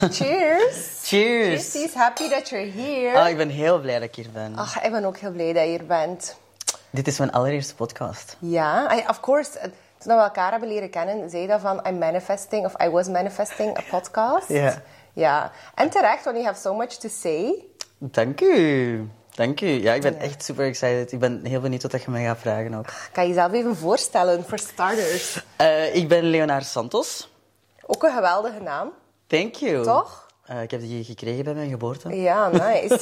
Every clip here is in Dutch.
Cheers. Cheers. Cheers. Happy that you're here. Ik ben heel blij dat ik hier ben. Ik ben ook heel blij dat je hier bent. Dit is mijn allereerste podcast. Ja, of course. Toen we elkaar hebben leren kennen, zei je dat van I'm manifesting of I was manifesting a podcast. Ja. Ja. En terecht, want you have so much to say. Dank u. Dank u. Ja, ik ben echt super excited. Ik ben heel benieuwd wat je mij gaat vragen ook. Kan je jezelf even voorstellen, voor starters? Ik ben Leonard Santos. Ook een geweldige naam. Thank you. Toch? Ik heb die gekregen bij mijn geboorte. Ja, nice.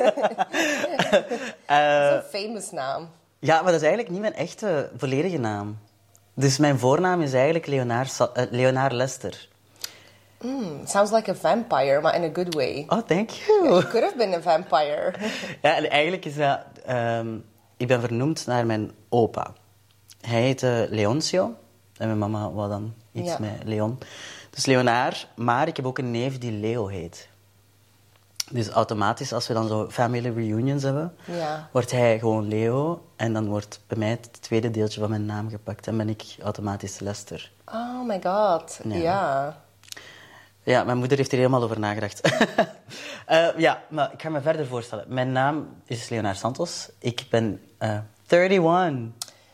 Zo'n famous naam. Ja, maar dat is eigenlijk niet mijn echte volledige naam. Dus mijn voornaam is eigenlijk Leonard Lester. Sounds like a vampire, maar in a good way. Oh, thank you. You could have been a vampire. Ja, en eigenlijk is dat... ik ben vernoemd naar mijn opa. Hij heette Leoncio. En mijn mama wou dan iets met Leon. Dus Leonard. Maar ik heb ook een neef die Leo heet. Dus automatisch, als we dan zo family reunions hebben, wordt hij gewoon Leo. En dan wordt bij mij het tweede deeltje van mijn naam gepakt. En ben ik automatisch Lester. Oh my god, ja. Ja, mijn moeder heeft er helemaal over nagedacht. Maar ik ga me verder voorstellen. Mijn naam is Leonard Santos. Ik ben 31.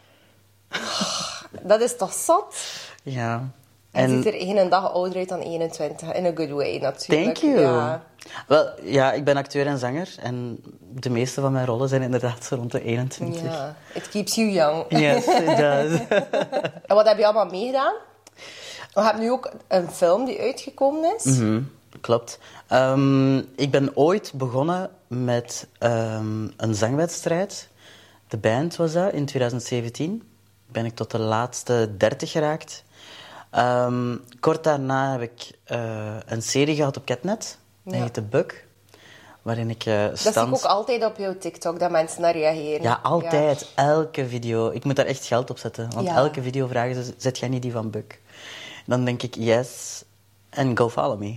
Dat is toch zot? Ja. En je ziet er één dag ouder uit dan 21. In a good way, natuurlijk. Thank you. Ja. Wel, ja, ik ben acteur en zanger. En de meeste van mijn rollen zijn inderdaad zo rond de 21. Ja, it keeps you young. Yes, it does. En wat heb je allemaal meegedaan? We hebben nu ook een film die uitgekomen is. Klopt. Ik ben ooit begonnen met een zangwedstrijd. De Band was dat, in 2017. Ben ik tot de laatste 30 geraakt. Kort daarna heb ik een serie gehad op Catnet. Dat heette Buk. Waarin ik Dat zie ik ook altijd op jouw TikTok, dat mensen naar reageren. Ja, altijd. Ja. Elke video. Ik moet daar echt geld op zetten. Want elke video vragen ze, zet jij niet die van Buk? Dan denk ik, yes. En go follow me.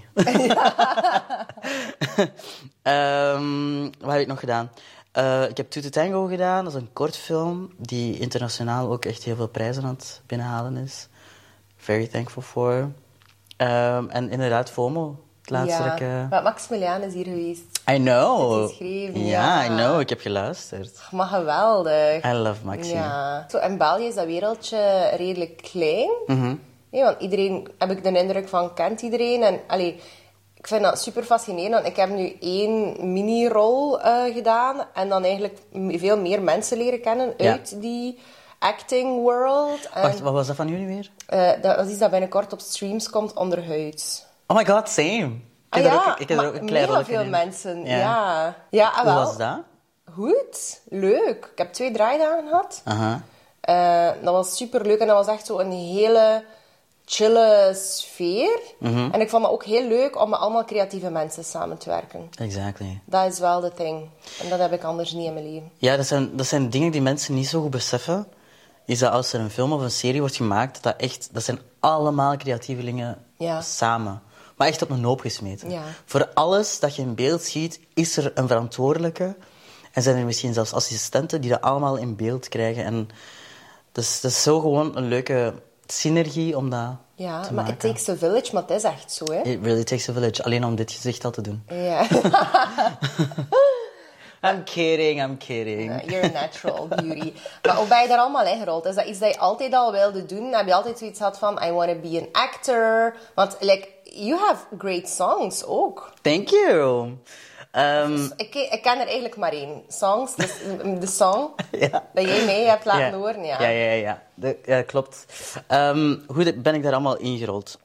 Wat heb ik nog gedaan? Ik heb Tutu Tango gedaan. Dat is een kortfilm die internationaal ook echt heel veel prijzen aan het binnenhalen is. Very thankful for. En inderdaad, FOMO. Het laatste dat ik... Maar Maximiliaan is hier geweest. I know. Het is geschreven, Ja, I know. Ik heb geluisterd. Maar geweldig. I love Maxi. Ja. Zo, in België is dat wereldje redelijk klein. Nee, want iedereen, heb ik de indruk van, kent iedereen. En allee, ik vind dat super fascinerend. Want ik heb nu 1 mini-rol gedaan. En dan eigenlijk veel meer mensen leren kennen uit die acting world. En, wacht, wat was dat van jullie weer? dat is iets dat binnenkort op streams komt, Onderhuids. Oh my god, same. Ik heb er ook een klein rolletje veel in. mensen, ja. Ja, Hoe was dat? Goed, leuk. Ik heb 2 draaidagen gehad. Dat was super leuk en dat was echt zo een hele chille sfeer. En ik vond het ook heel leuk om met allemaal creatieve mensen samen te werken. Exactly. Dat is wel de ding. En dat heb ik anders niet in mijn leven. Ja, dat zijn dingen die mensen niet zo goed beseffen. Is dat als er een film of een serie wordt gemaakt, dat zijn allemaal creatievelingen samen. Maar echt op een hoop gesmeten. Ja. Voor alles dat je in beeld ziet, is er een verantwoordelijke. En zijn er misschien zelfs assistenten die dat allemaal in beeld krijgen. En dat is zo gewoon een leuke synergie om dat te maken. Maar it takes a village, maar het is echt zo, hè? It really takes a village. Alleen om dit gezicht al te doen. Ja. I'm kidding. You're a natural beauty. Maar hoe ben je daar allemaal ingerold? Is dat iets dat je altijd al wilde doen? Heb je altijd zoiets gehad van, I want to be an actor? Want, you have great songs ook. Thank you. Ik ken er eigenlijk maar 1. Songs, dus de song dat jij mij hebt laten horen. Ja, klopt. Hoe ben ik daar allemaal ingerold?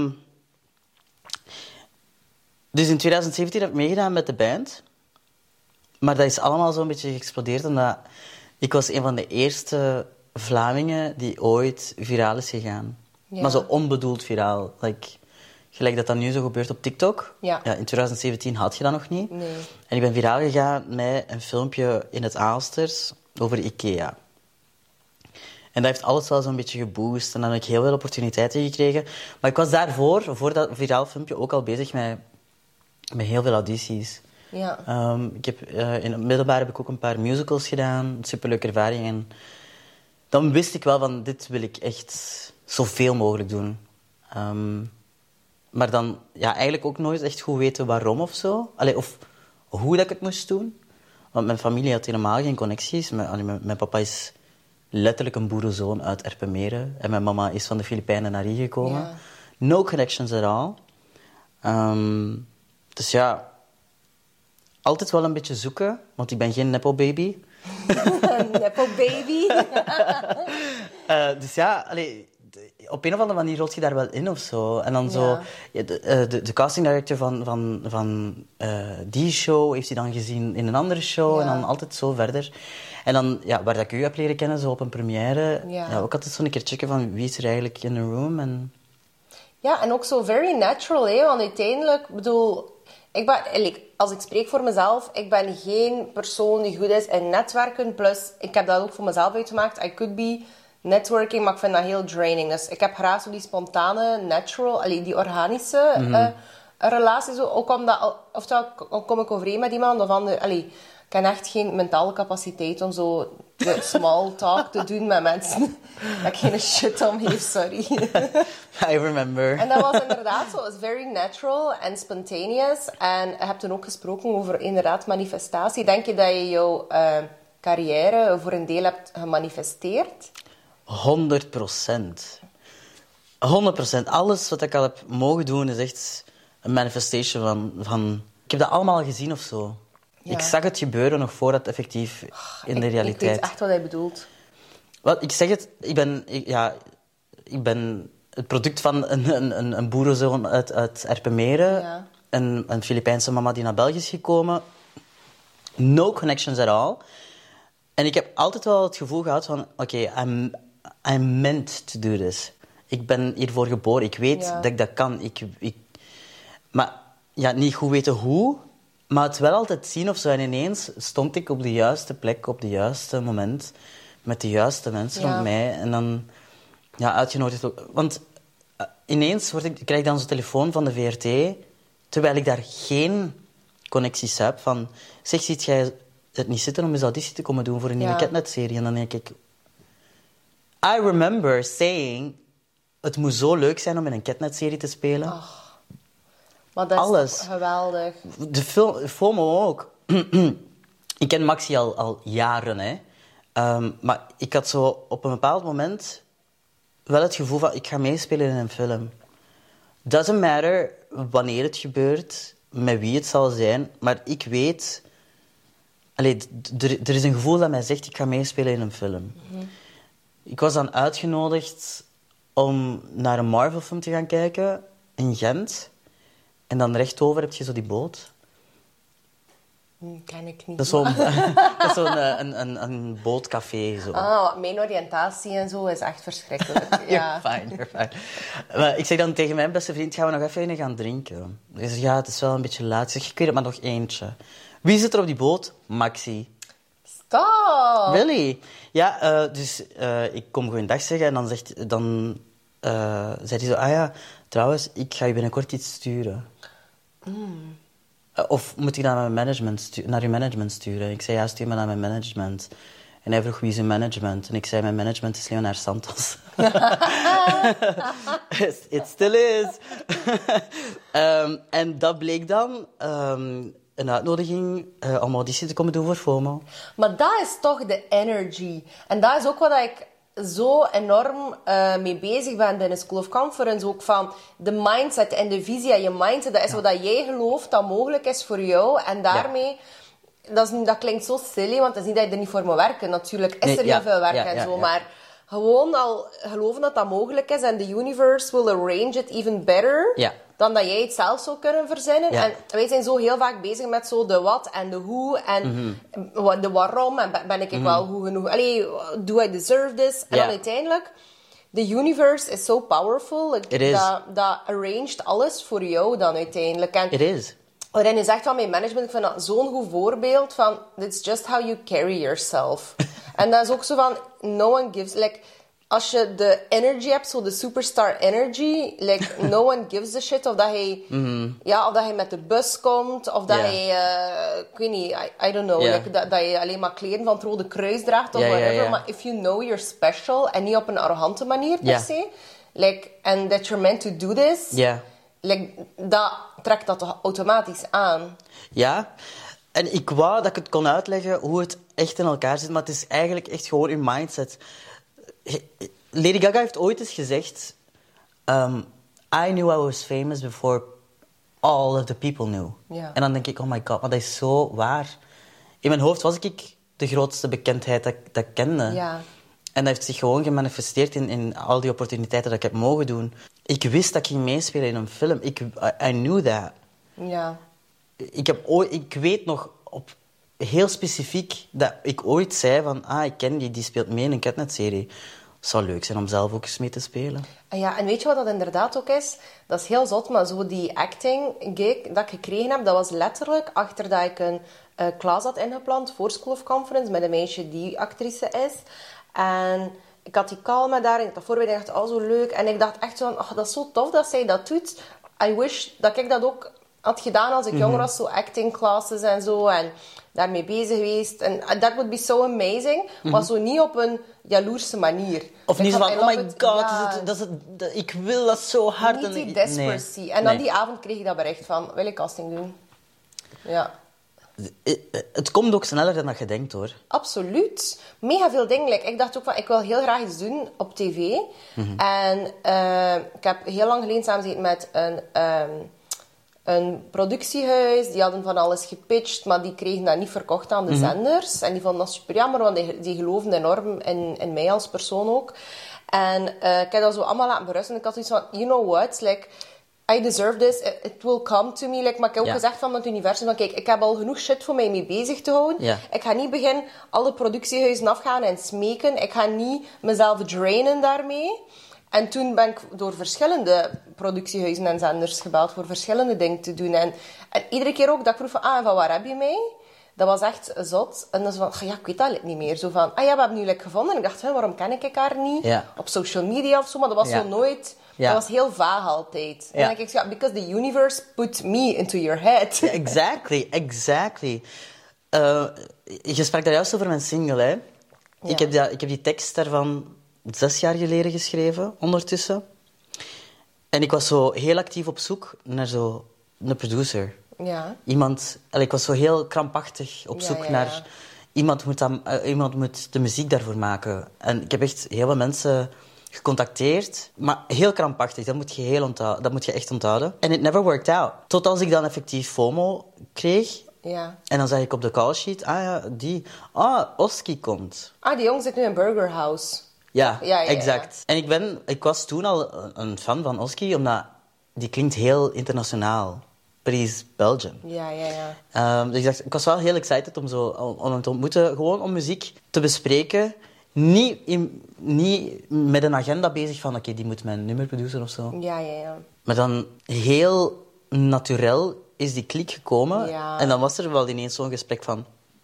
Dus in 2017 heb ik meegedaan met de band. Maar dat is allemaal zo'n beetje geëxplodeerd, omdat ik was een van de eerste Vlamingen die ooit viraal is gegaan. Ja. Maar zo onbedoeld viraal. Gelijk dat nu zo gebeurt op TikTok. Ja, in 2017 had je dat nog niet. Nee. En ik ben viraal gegaan met een filmpje in het Aalsters over IKEA. En dat heeft alles wel zo'n beetje geboost. En dan heb ik heel veel opportuniteiten gekregen. Maar ik was daarvoor, voor dat viraal filmpje, ook al bezig met heel veel audities. Ja. In het middelbaar heb ik ook een paar musicals gedaan. Superleuke ervaring. En dan wist ik wel van, dit wil ik echt zoveel mogelijk doen. Maar dan eigenlijk ook nooit echt goed weten waarom of zo. Allee, of hoe dat ik het moest doen. Want mijn familie had helemaal geen connecties. Mijn papa is letterlijk een boerenzoon uit Erpenmeren. En mijn mama is van de Filipijnen naar hier gekomen. Ja. No connections at all. Dus ja, altijd wel een beetje zoeken. Want ik ben geen nepo-baby. Nepo-baby. Dus ja, allee, op een of andere manier rolt je daar wel in of zo. En dan zo... Ja, de casting director van die show heeft hij dan gezien in een andere show. En dan altijd zo verder. En dan, waar dat ik u heb leren kennen, zo op een première... Ja, ook altijd zo een keer checken van wie is er eigenlijk in de room. En... Ja, en ook zo very natural, hè. Want uiteindelijk, bedoel... als ik spreek voor mezelf, ik ben geen persoon die goed is in netwerken. Plus, ik heb dat ook voor mezelf uitgemaakt. I could be networking, maar ik vind dat heel draining. Dus ik heb graag zo die spontane, natural, die organische relatie. Zo. Ook omdat, oftewel kom ik overeen met iemand, of ander, ik heb echt geen mentale capaciteit om zo de small talk te doen met mensen. Dat ik geen shit om heeft, sorry. I remember. En dat was inderdaad zo. Het is very natural en spontaneous. En je hebt toen ook gesproken over inderdaad manifestatie. Denk je dat je jouw carrière voor een deel hebt gemanifesteerd? 100%. 100%. Alles wat ik al heb mogen doen is echt een manifestation van... Ik heb dat allemaal gezien of zo. Ja. Ik zag het gebeuren nog voordat het effectief in de realiteit... Ik weet echt wat hij bedoelt. Wat, ik zeg het, ik ben het product van een boerenzoon uit Erpenmeren. Ja. Een Filipijnse mama die naar België is gekomen. No connections at all. En ik heb altijd wel het gevoel gehad van... Oké, I'm meant to do this. Ik ben hiervoor geboren. Ik weet dat ik dat kan. Maar niet goed weten hoe... Maar het wel altijd zien of zo. En ineens stond ik op de juiste plek, op het juiste moment, met de juiste mensen rond mij. En dan uitgenodigd. Want ineens krijg ik dan zo'n telefoon van de VRT, terwijl ik daar geen connecties heb. Van, zeg, ziet jij het niet zitten om eens auditie te komen doen voor een nieuwe Catnet-serie? En dan denk ik... I remember saying, het moet zo leuk zijn om in een Catnet-serie te spelen. Oh. Maar dat is alles. Geweldig. De FOMO ook. Ik ken Maxi al jaren, hè. Maar ik had zo op een bepaald moment wel het gevoel van... Ik ga meespelen in een film. Doesn't matter wanneer het gebeurt, met wie het zal zijn. Maar ik weet... Er is een gevoel dat mij zegt... Ik ga meespelen in een film. Mm-hmm. Ik was dan uitgenodigd om naar een Marvel-film te gaan kijken in Gent... En dan rechtover heb je zo die boot. Ken ik niet. Dat is een bootcafé. Zo. Mijn oriëntatie en zo is echt verschrikkelijk. Ja. You're fine. Maar ik zeg dan tegen mijn beste vriend, gaan we nog even gaan drinken. Hij zegt, het is wel een beetje laat. Ik zeg, ik weet het, maar nog eentje. Wie zit er op die boot? Maxi. Stop! Really? Ja, dus ik kom gewoon dag zeggen en dan zei hij zo, trouwens, ik ga je binnenkort iets sturen. Of moet ik dat naar uw management sturen? Ik zei, stuur me naar mijn management. En hij vroeg, wie is uw management? En ik zei, mijn management is Leonard Santos. It still is. En dat bleek dan een uitnodiging om auditie te komen doen voor FOMO. Maar dat is toch de energy. En dat is ook wat ik zo enorm mee bezig ben binnen School of Conference. Ook van de mindset en de visie en je mindset. Dat is wat jij gelooft dat mogelijk is voor jou. En daarmee... Dat klinkt zo silly, want het is niet dat je er niet voor moet werken. Natuurlijk is er heel veel werk en zo. Maar gewoon al geloven dat dat mogelijk is. En the universe will arrange it even better... dan dat jij het zelf zou kunnen verzinnen. En wij zijn zo heel vaak bezig met zo de wat en de hoe. En de waarom. En ben ik wel goed genoeg? Allee, do I deserve this? En dan uiteindelijk... The universe is so powerful. Dat arranged alles voor jou dan uiteindelijk. En it is. Waarin je zegt van mijn management, ik vind dat zo'n goed voorbeeld van... It's just how you carry yourself. En dat is ook zo van... No one gives... Like, als je de energy hebt, zo de superstar energy... Like, no one gives a shit of dat hij... of dat hij met de bus komt. Of dat hij... ik weet niet, I don't know. Like, dat je alleen maar kleren van het Rode Kruis draagt of whatever. Maar if you know you're special... En niet op een arrogante manier per se... Like, and that you're meant to do this... dat trekt dat toch automatisch aan. Ja, en ik wou dat ik het kon uitleggen hoe het echt in elkaar zit, maar het is eigenlijk echt gewoon uw mindset. Lady Gaga heeft ooit eens gezegd... I knew I was famous before all of the people knew. Ja. En dan denk ik, oh my god, maar dat is zo waar. In mijn hoofd was ik de grootste bekendheid dat ik kende. Ja. En dat heeft zich gewoon gemanifesteerd in al die opportuniteiten dat ik heb mogen doen. Ik wist dat ik ging meespelen in een film. I knew that. Ja. Ik weet nog heel specifiek dat ik ooit zei van... ik ken die speelt mee in een Catnet-serie. Het zou leuk zijn om zelf ook eens mee te spelen. Ja, en weet je wat dat inderdaad ook is? Dat is heel zot, maar zo die acting gig dat ik gekregen heb, dat was letterlijk achter dat ik een klas had ingepland voor School of Conference met een meisje die actrice is. En ik had die call met haar en ik had voorbereid en ik dacht, zo leuk. En ik dacht echt zo van, dat is zo tof dat zij dat doet. I wish dat ik dat ook had gedaan als ik jonger was, zo acting classes en zo. En daarmee bezig geweest. En that would be so amazing. Maar zo niet op een jaloerse manier. Of niet zo van, oh my god, ja, ik wil dat zo hard. Niet die desperancy. Nee. En dan die avond kreeg ik dat bericht van, wil ik casting doen? Ja. Het komt ook sneller dan dat je denkt, hoor. Absoluut. Mega veel dingen. Ik dacht ook van, ik wil heel graag iets doen op tv. En ik heb heel lang geleden samengezeten met een productiehuis. Die hadden van alles gepitcht, maar die kregen dat niet verkocht aan de zenders. En die vonden dat super jammer, want die geloofden enorm in mij als persoon ook. En ik heb dat zo allemaal laten berusten. En ik had zoiets van, you know what? I deserve this. It will come to me. Maar ik heb ook gezegd van het universum, van kijk, ik heb al genoeg shit voor mij mee bezig te houden. Ja. Ik ga niet beginnen alle productiehuizen afgaan en smeken. Ik ga niet mezelf drainen daarmee. En toen ben ik door verschillende productiehuizen en zenders gebeld voor verschillende dingen te doen. En iedere keer ook dat ik vroeg van, van waar heb je mij? Dat was echt zot. En dan zo van, ik weet dat niet meer. Zo van, we hebben nu gevonden. En ik dacht, waarom ken ik haar niet? Ja. Op social media of zo, maar dat was zo nooit... Ja. Dat was heel vaag altijd. Ja. En dan denk ik, because the universe put me into your head. Exactly. Je sprak daar juist over mijn single, hè? Ja. Ik heb die tekst daarvan 6 jaar geleden geschreven, ondertussen. En ik was zo heel actief op zoek naar zo een producer. Ja. Ik was zo heel krampachtig op zoek naar... Iemand moet de muziek daarvoor maken. En ik heb echt heel veel mensen gecontacteerd, maar heel krampachtig. Dat moet je echt onthouden. En it never worked out. Tot als ik dan effectief FOMO kreeg. Ja. En dan zag ik op de callsheet, Oski komt. Die jongen zit nu in Burger House. Ja, exact. Ja. En ik was toen al een fan van Oski, omdat die klinkt heel internationaal. But he's Belgian. Ja. Dus ik was wel heel excited om hem te ontmoeten. Gewoon om muziek te bespreken. Niet met een agenda bezig van, oké, die moet mijn nummer produceren of zo. Ja. Maar dan heel naturel is die klik gekomen. Ja. En dan was er wel ineens zo'n gesprek van...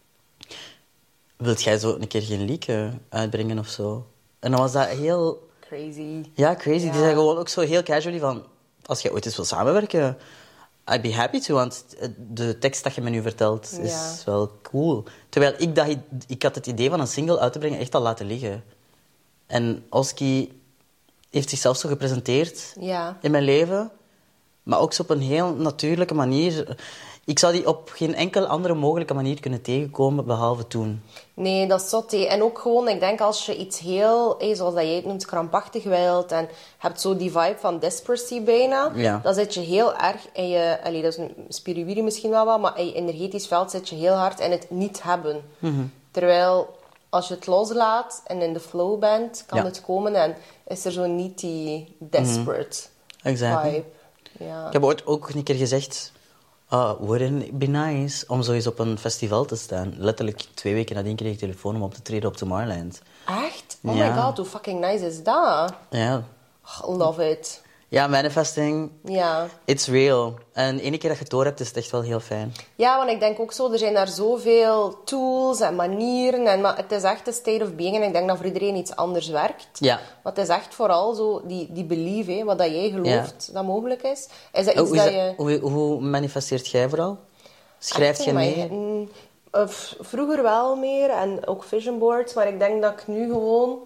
Wilt jij zo een keer geen lied uitbrengen of zo? En dan was dat heel... Crazy. Ja, crazy. Ja. Die zei gewoon ook zo heel casually van... Als jij ooit eens wil samenwerken... I'd be happy to, want de tekst dat je me nu vertelt is wel cool. Terwijl ik had het idee van een single uit te brengen echt al laten liggen. En Oski heeft zichzelf zo gepresenteerd in mijn leven. Maar ook zo op een heel natuurlijke manier. Ik zou die op geen enkele andere mogelijke manier kunnen tegenkomen, behalve toen. Nee, dat is zot. En ook gewoon, ik denk als je iets heel, zoals dat jij het noemt, krampachtig wilt en hebt zo die vibe van desperancy bijna, dan zit je heel erg in je, dat is een spiriwiri misschien wel, maar in je energetisch veld zit je heel hard in het niet hebben. Mm-hmm. Terwijl als je het loslaat en in de flow bent, kan het komen en is er zo niet die desperate vibe. Ja. Ik heb ooit ook een keer gezegd... wouldn't it be nice om zo eens op een festival te staan? Letterlijk 2 weken nadien kreeg ik telefoon om op te treden op Tomorrowland. Echt? Oh my god, hoe fucking nice is dat? Ja. Love it. Ja, manifesting. Ja. It's real. En ene keer dat je het door hebt, is het echt wel heel fijn. Ja, want ik denk ook zo, er zijn daar zoveel tools en manieren. Maar het is echt een state of being. En ik denk dat voor iedereen iets anders werkt. Ja. Maar het is echt vooral zo die belief, wat dat jij gelooft dat mogelijk is. Is dat iets dat je... Hoe manifesteert jij vooral? Schrijft je mee? Vroeger wel meer. En ook vision boards. Maar ik denk dat ik nu gewoon...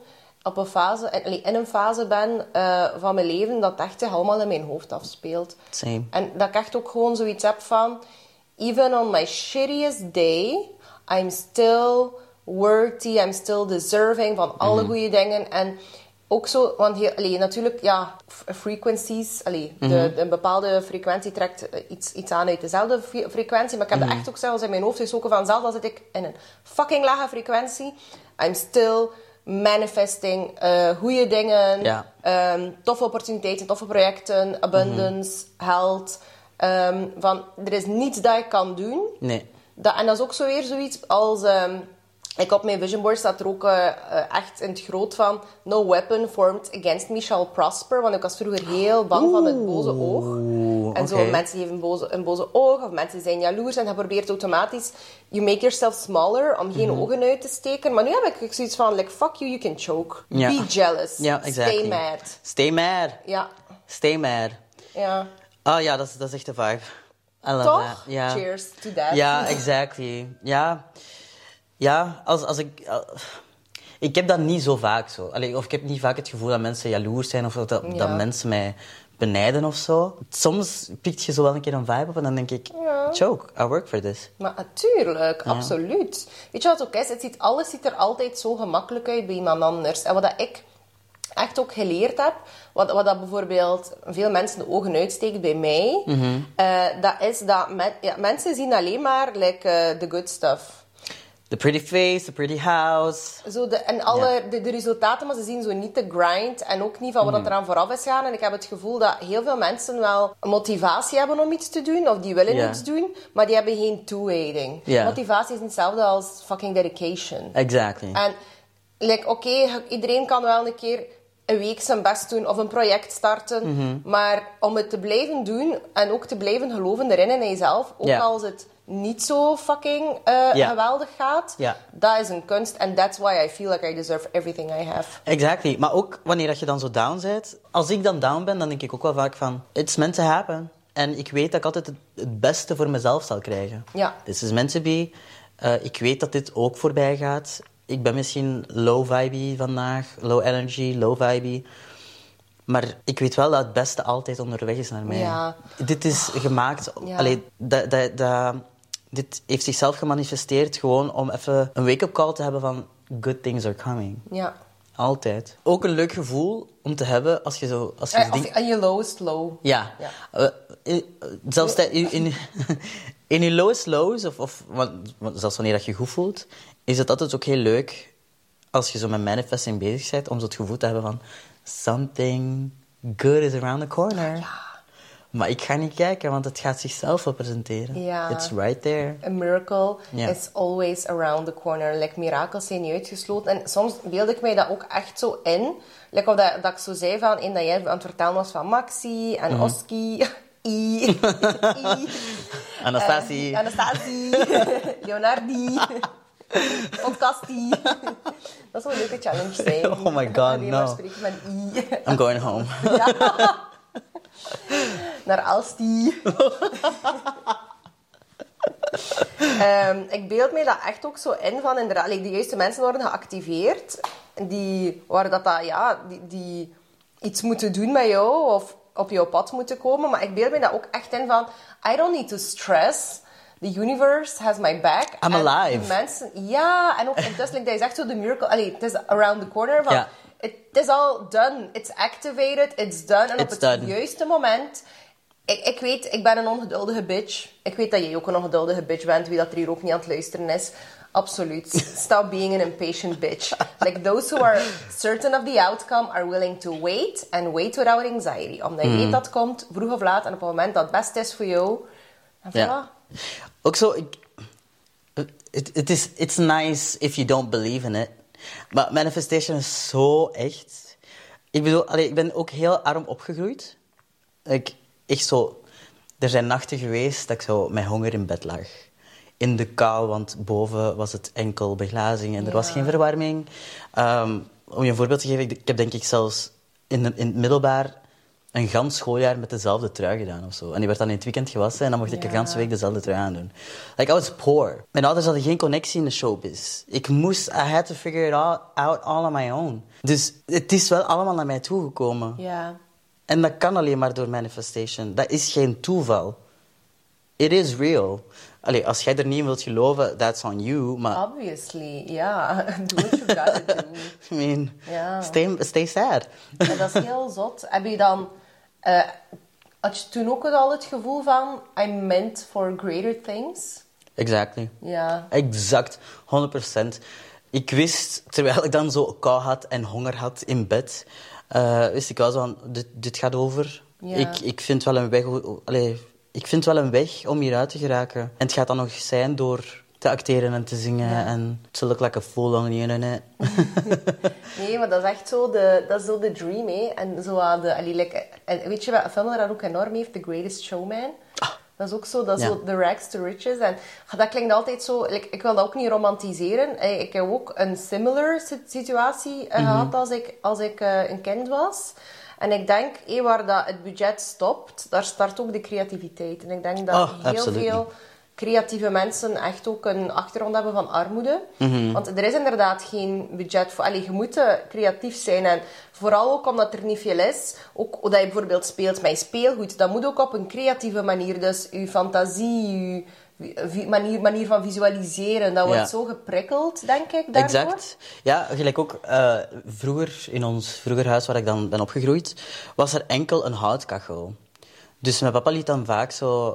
op een fase, in een fase ben van mijn leven dat echt zich allemaal in mijn hoofd afspeelt. Same. En dat ik echt ook gewoon zoiets heb van... Even on my shittiest day, I'm still worthy, I'm still deserving van alle goede dingen. En ook zo, want natuurlijk, ja, frequencies, een bepaalde frequentie trekt iets aan uit dezelfde frequentie, maar ik heb dat echt ook zelfs in mijn hoofd gestoken van, zelfs als zit ik in een fucking lage frequentie, I'm still manifesting goede dingen, toffe opportuniteiten, toffe projecten, abundance, health. Van, er is niets dat ik kan doen. Nee. En dat is ook zo weer zoiets als... op mijn vision board staat er ook echt in het groot van... No weapon formed against me shall prosper. Want ik was vroeger heel bang van het boze oog. En zo, mensen geven een boze oog. Of mensen zijn jaloers. En je probeert automatisch... You make yourself smaller om geen ogen uit te steken. Maar nu heb ik zoiets van... Like, fuck you, you can choke. Ja. Be jealous. Ja, exactly. Stay mad. Stay mad. Ja. Stay mad. Ja. Oh ja, dat is echt de vibe. I love Toch? that. Ja. Cheers to that. Ja, exactly. Ja, als ik... ik heb dat niet zo vaak zo. Of ik heb niet vaak het gevoel dat mensen jaloers zijn of dat mensen mij benijden of zo. Soms pikt je zo wel een keer een vibe op en dan denk ik... Choke, I work for this. Maar natuurlijk, absoluut. Weet je wat het ook is? Alles ziet er altijd zo gemakkelijk uit bij iemand anders. En wat dat ik echt ook geleerd heb, wat dat bijvoorbeeld veel mensen de ogen uitsteekt bij mij, dat is dat mensen zien alleen maar the good stuff. The pretty face, the pretty house. Zo de resultaten, maar ze zien zo niet de grind en ook niet van wat er aan vooraf is gaan. En ik heb het gevoel dat heel veel mensen wel motivatie hebben om iets te doen, of die willen iets doen, maar die hebben geen toewijding. Motivatie is niet hetzelfde als fucking dedication. Exactly. En iedereen kan wel een keer een week zijn best doen of een project starten, maar om het te blijven doen en ook te blijven geloven erin en in jezelf, ook als het niet zo fucking geweldig gaat, dat is een kunst. And that's why I feel like I deserve everything I have. Exactly. Maar ook wanneer dat je dan zo down bent, als ik dan down ben, dan denk ik ook wel vaak van, it's meant to happen. En ik weet dat ik altijd het beste voor mezelf zal krijgen. Ja. This is meant to be. Ik weet dat dit ook voorbij gaat. Ik ben misschien low vibey vandaag, low energy, low vibey. Maar ik weet wel dat het beste altijd onderweg is naar mij. Ja. Dit is gemaakt... Dit heeft zichzelf gemanifesteerd gewoon om even een wake-up call te hebben van good things are coming. Ja. Altijd. Ook een leuk gevoel om te hebben als je zo... En je lowest low. Ja. Zelfs in je lowest lows, want zelfs wanneer dat je goed voelt, is het altijd ook heel leuk als je zo met manifesting bezig bent, om zo het gevoel te hebben van something good is around the corner. Ja. Maar ik ga niet kijken, want het gaat zichzelf wel presenteren. Ja. It's right there. A miracle is always around the corner. Like, mirakels zijn niet uitgesloten. En soms beeld ik mij dat ook echt zo in. Like, of dat ik zo zei van, dat jij aan het vertellen was van Maxi en Oski. Anastasie. Leonardi. Podcastie. Dat zou een leuke challenge zijn. Oh my god, no. Maar spreken met I. I'm going home. Ja. Naar Alstie. Ik beeld mij dat echt ook zo in van inderdaad, de juiste mensen worden geactiveerd die iets moeten doen met jou of op jouw pad moeten komen. Maar ik beeld mij dat ook echt in van I don't need to stress. The universe has my back. I'm alive. Mensen, en ook intussen, dat is echt zo de miracle. Het is around the corner van... Ja. Het is al done. It's activated. It's done. En op het juiste moment... Ik weet, ik ben een ongeduldige bitch. Ik weet dat jij ook een ongeduldige bitch bent. Wie dat er hier ook niet aan het luisteren is. Absoluut. Stop being an impatient bitch. Like those who are certain of the outcome are willing to wait. And wait without anxiety. Omdat je weet dat het komt, vroeg of laat. En op het moment dat het best is voor jou. En voilà. Ook zo... It's nice if you don't believe in it. Maar manifestation is zo echt. Ik bedoel, ik ben ook heel arm opgegroeid. Echt zo... Er zijn nachten geweest dat ik zo met honger in bed lag. In de kou, want boven was het enkel beglazing en er was geen verwarming. Om je een voorbeeld te geven, ik heb denk ik zelfs in het middelbaar een gans schooljaar met dezelfde trui gedaan of zo. En die werd dan in het weekend gewassen en dan mocht ik een ganse week dezelfde trui aandoen. Like, I was poor. Mijn ouders hadden geen connectie in de showbiz. I had to figure it out all on my own. Dus het is wel allemaal naar mij toegekomen. Ja. En dat kan alleen maar door manifestation. Dat is geen toeval. It is real. Allee, als jij er niet in wilt geloven, that's on you. Maar... Obviously, ja. Do what you gotta do. I mean, Ja. stay sad. Ja, dat is heel zot. Heb je dan... had je toen ook al het gevoel van... I'm meant for greater things? Exactly. Ja. Exact. 100%. Ik wist, terwijl ik dan zo kou had en honger had in bed... wist ik wel zo van, dit gaat over. Ja. Ik vind wel een weg... Ik vind wel een weg om hieruit te geraken. En het gaat dan nog zijn door te acteren en te zingen en to look like a fool on the internet. Nee, maar dat is echt zo dat is zo de dream, hè. En zo en weet je wat, een film dat ook enorm heeft? The Greatest Showman. Dat is ook zo, dat is zo the rags to riches. En dat klinkt altijd zo... Ik wil dat ook niet romantiseren. Ik heb ook een similar situatie gehad als ik een kind was. En ik denk, waar dat het budget stopt, daar start ook de creativiteit. En ik denk dat heel veel creatieve mensen echt ook een achtergrond hebben van armoede. Want er is inderdaad geen budget voor... je moet creatief zijn. En vooral ook omdat er niet veel is. Ook dat je bijvoorbeeld speelt met speelgoed. Dat moet ook op een creatieve manier. Dus je fantasie, je manier van visualiseren, dat wordt zo geprikkeld, denk ik, daardoor. Exact. Ja, gelijk ook vroeger, in ons vroeger huis waar ik dan ben opgegroeid, was er enkel een houtkachel. Dus mijn papa liet dan vaak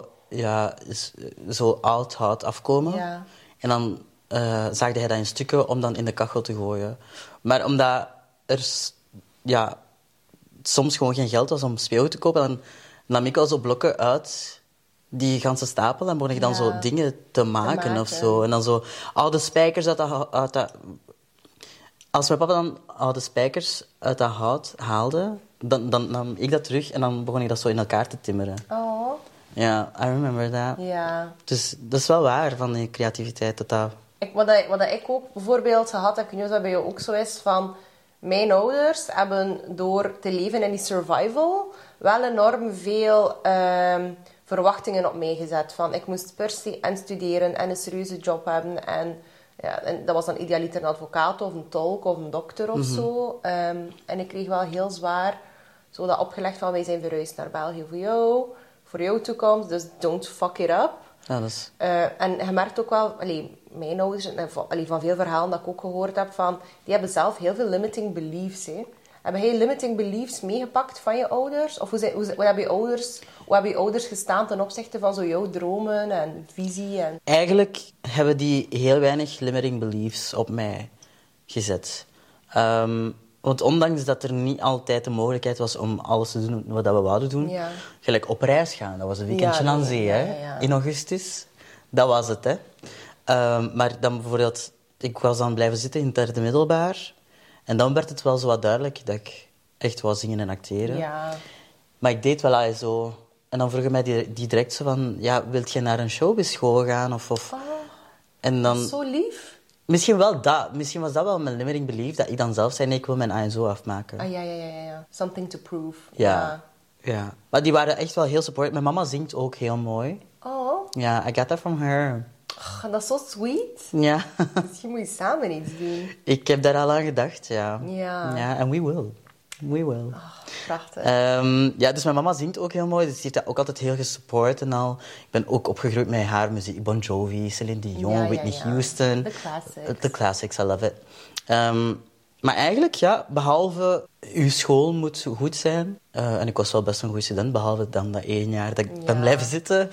zo oud hout afkomen. Ja. En dan zaagde hij dat in stukken om dan in de kachel te gooien. Maar omdat er soms gewoon geen geld was om speelgoed te kopen, dan nam ik al zo blokken uit die ganse stapel en begon ik dan zo dingen te maken of zo. En dan zo oude spijkers uit dat... Als mijn papa dan oude spijkers uit dat hout haalde, dan nam ik dat terug en dan begon ik dat zo in elkaar te timmeren. Oh. Ja, I remember that. Ja. Dus dat is wel waar, van die creativiteit. Wat ik ook bijvoorbeeld gehad heb, ik weet niet of dat bij jou ook zo is, van mijn ouders hebben door te leven in die survival wel enorm veel verwachtingen op mij gezet. Van ik moest per se en studeren en een serieuze job hebben. En dat was dan idealiter een advocaat of een tolk of een dokter of zo. En ik kreeg wel heel zwaar zo dat opgelegd van wij zijn verhuisd naar België voor jouw toekomst, dus don't fuck it up. Ja, dat is... En je merkt ook wel, mijn ouders, van veel verhalen dat ik ook gehoord heb, van, die hebben zelf heel veel limiting beliefs. Hè. Heb jij limiting beliefs meegepakt van je ouders? Of hoe hebben je ouders gestaan ten opzichte van zo jouw dromen en visie? En... Eigenlijk hebben die heel weinig limiting beliefs op mij gezet. Want ondanks dat er niet altijd de mogelijkheid was om alles te doen wat we wouden doen, gelijk op reis gaan, dat was een weekendje aan zee, in augustus. Dat was het, hè. Maar dan bijvoorbeeld, ik was dan blijven zitten in het derde middelbaar. En dan werd het wel zo wat duidelijk dat ik echt wou zingen en acteren. Ja. Maar ik deed wel al zo... En dan vroegen mij die direct zo van... Ja, wilt je naar een showbizschool gaan? En dan... Dat is zo lief. Misschien wel dat. Misschien was dat wel mijn limiting belief. Dat ik dan zelf zei, nee, ik wil mijn ASO afmaken. Ah, ja. Something to prove. Ja. Maar die waren echt wel heel supportive. Mijn mama zingt ook heel mooi. Oh. Ja, I got that from her. Oh, dat is zo sweet. Ja. Misschien moet je samen iets doen. Ik heb daar al aan gedacht, ja. Ja. En we will. We will. Oh, prachtig. Dus mijn mama zingt ook heel mooi. Dus die heeft dat ook altijd heel gesupport en al. Ik ben ook opgegroeid met haar muziek. Bon Jovi, Celine Dion, Whitney Houston. The classics. The classics, I love it. Maar eigenlijk, behalve uw school moet goed zijn. En ik was wel best een goede student, behalve dan dat 1 jaar dat ik ben blijven zitten.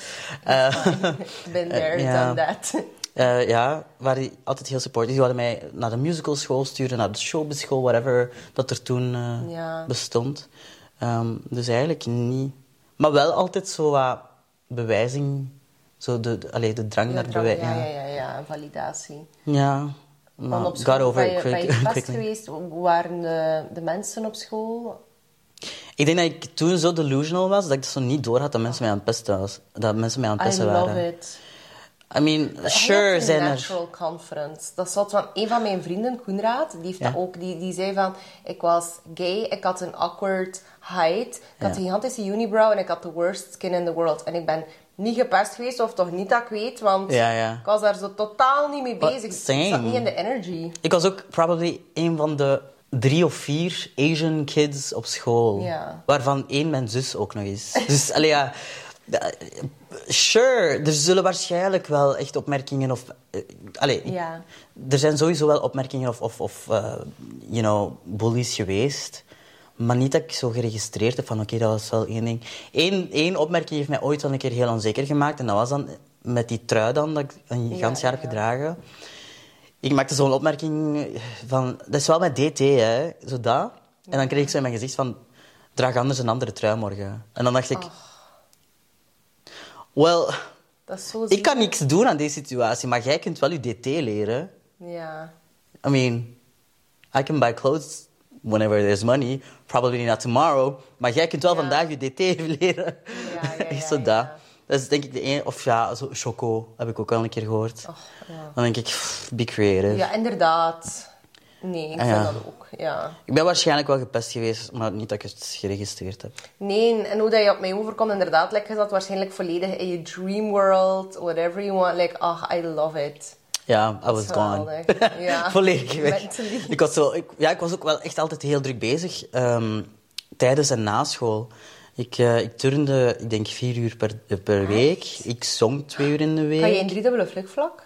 Been there, done that. Waren die altijd heel supportief. Die wilden mij naar de musicalschool sturen, naar de showbizschool, whatever dat er toen bestond. Dus eigenlijk niet. Maar wel altijd zo wat bewijzing, zo de drang naar bewijzing. Ja, validatie. Ja. Want op school ben je best geweest. Hoe waren de mensen op school? Ik denk dat ik toen zo delusional was, dat ik zo niet door had dat mensen mij aan het pesten waren. I love it. I mean, sure zijn er... Natural Conference. Dat zat van een van mijn vrienden, Koenraad, die heeft dat ook. Die zei van, ik was gay, ik had een awkward height, ik had een gigantische unibrow en ik had the worst skin in the world. En ik ben niet gepest geweest, of toch niet dat ik weet, want ik was daar zo totaal niet mee bezig. Same. Ik zat niet in de energy. Ik was ook probably een van de 3 of 4 Asian kids op school. Ja. Waarvan 1 mijn zus ook nog is. Dus, allee, ja... Sure, er zullen waarschijnlijk wel echt opmerkingen of... Er zijn sowieso wel opmerkingen of you know, bullies geweest. Maar niet dat ik zo geregistreerd heb van oké, dat was wel één ding. Eén opmerking heeft mij ooit wel een keer heel onzeker gemaakt. En dat was dan met die trui dan, dat ik een gans jaar heb gedragen. Ik maakte zo'n opmerking van... Dat is wel met DT, hè. Zo dat. En dan kreeg ik zo in mijn gezicht van... Draag anders een andere trui morgen. En dan dacht ik... Wel, ik kan niks doen aan deze situatie, maar jij kunt wel je DT leren. Ja. I mean, I can buy clothes whenever there's money. Probably not tomorrow. Maar jij kunt wel vandaag je DT leren. Zo dat. Dat is denk ik de ene... Of ja, zo choco heb ik ook al een keer gehoord. Dan denk ik, be creative. Ja, inderdaad. Nee, ik vind dat ook, ja. Ik ben waarschijnlijk wel gepest geweest, maar niet dat ik het geregistreerd heb. Nee, en hoe dat je op mij overkomt, inderdaad, like, je zat waarschijnlijk volledig in je dream world, whatever you want. Like, I love it. Ja, I was gone. Ja. Volledig weg. Ik was ook wel echt altijd heel druk bezig, tijdens en na school. Ik turnde, ik denk 4 uur per week. Ik zong 2 uur in de week. Kan je een driedubbele flikvlak?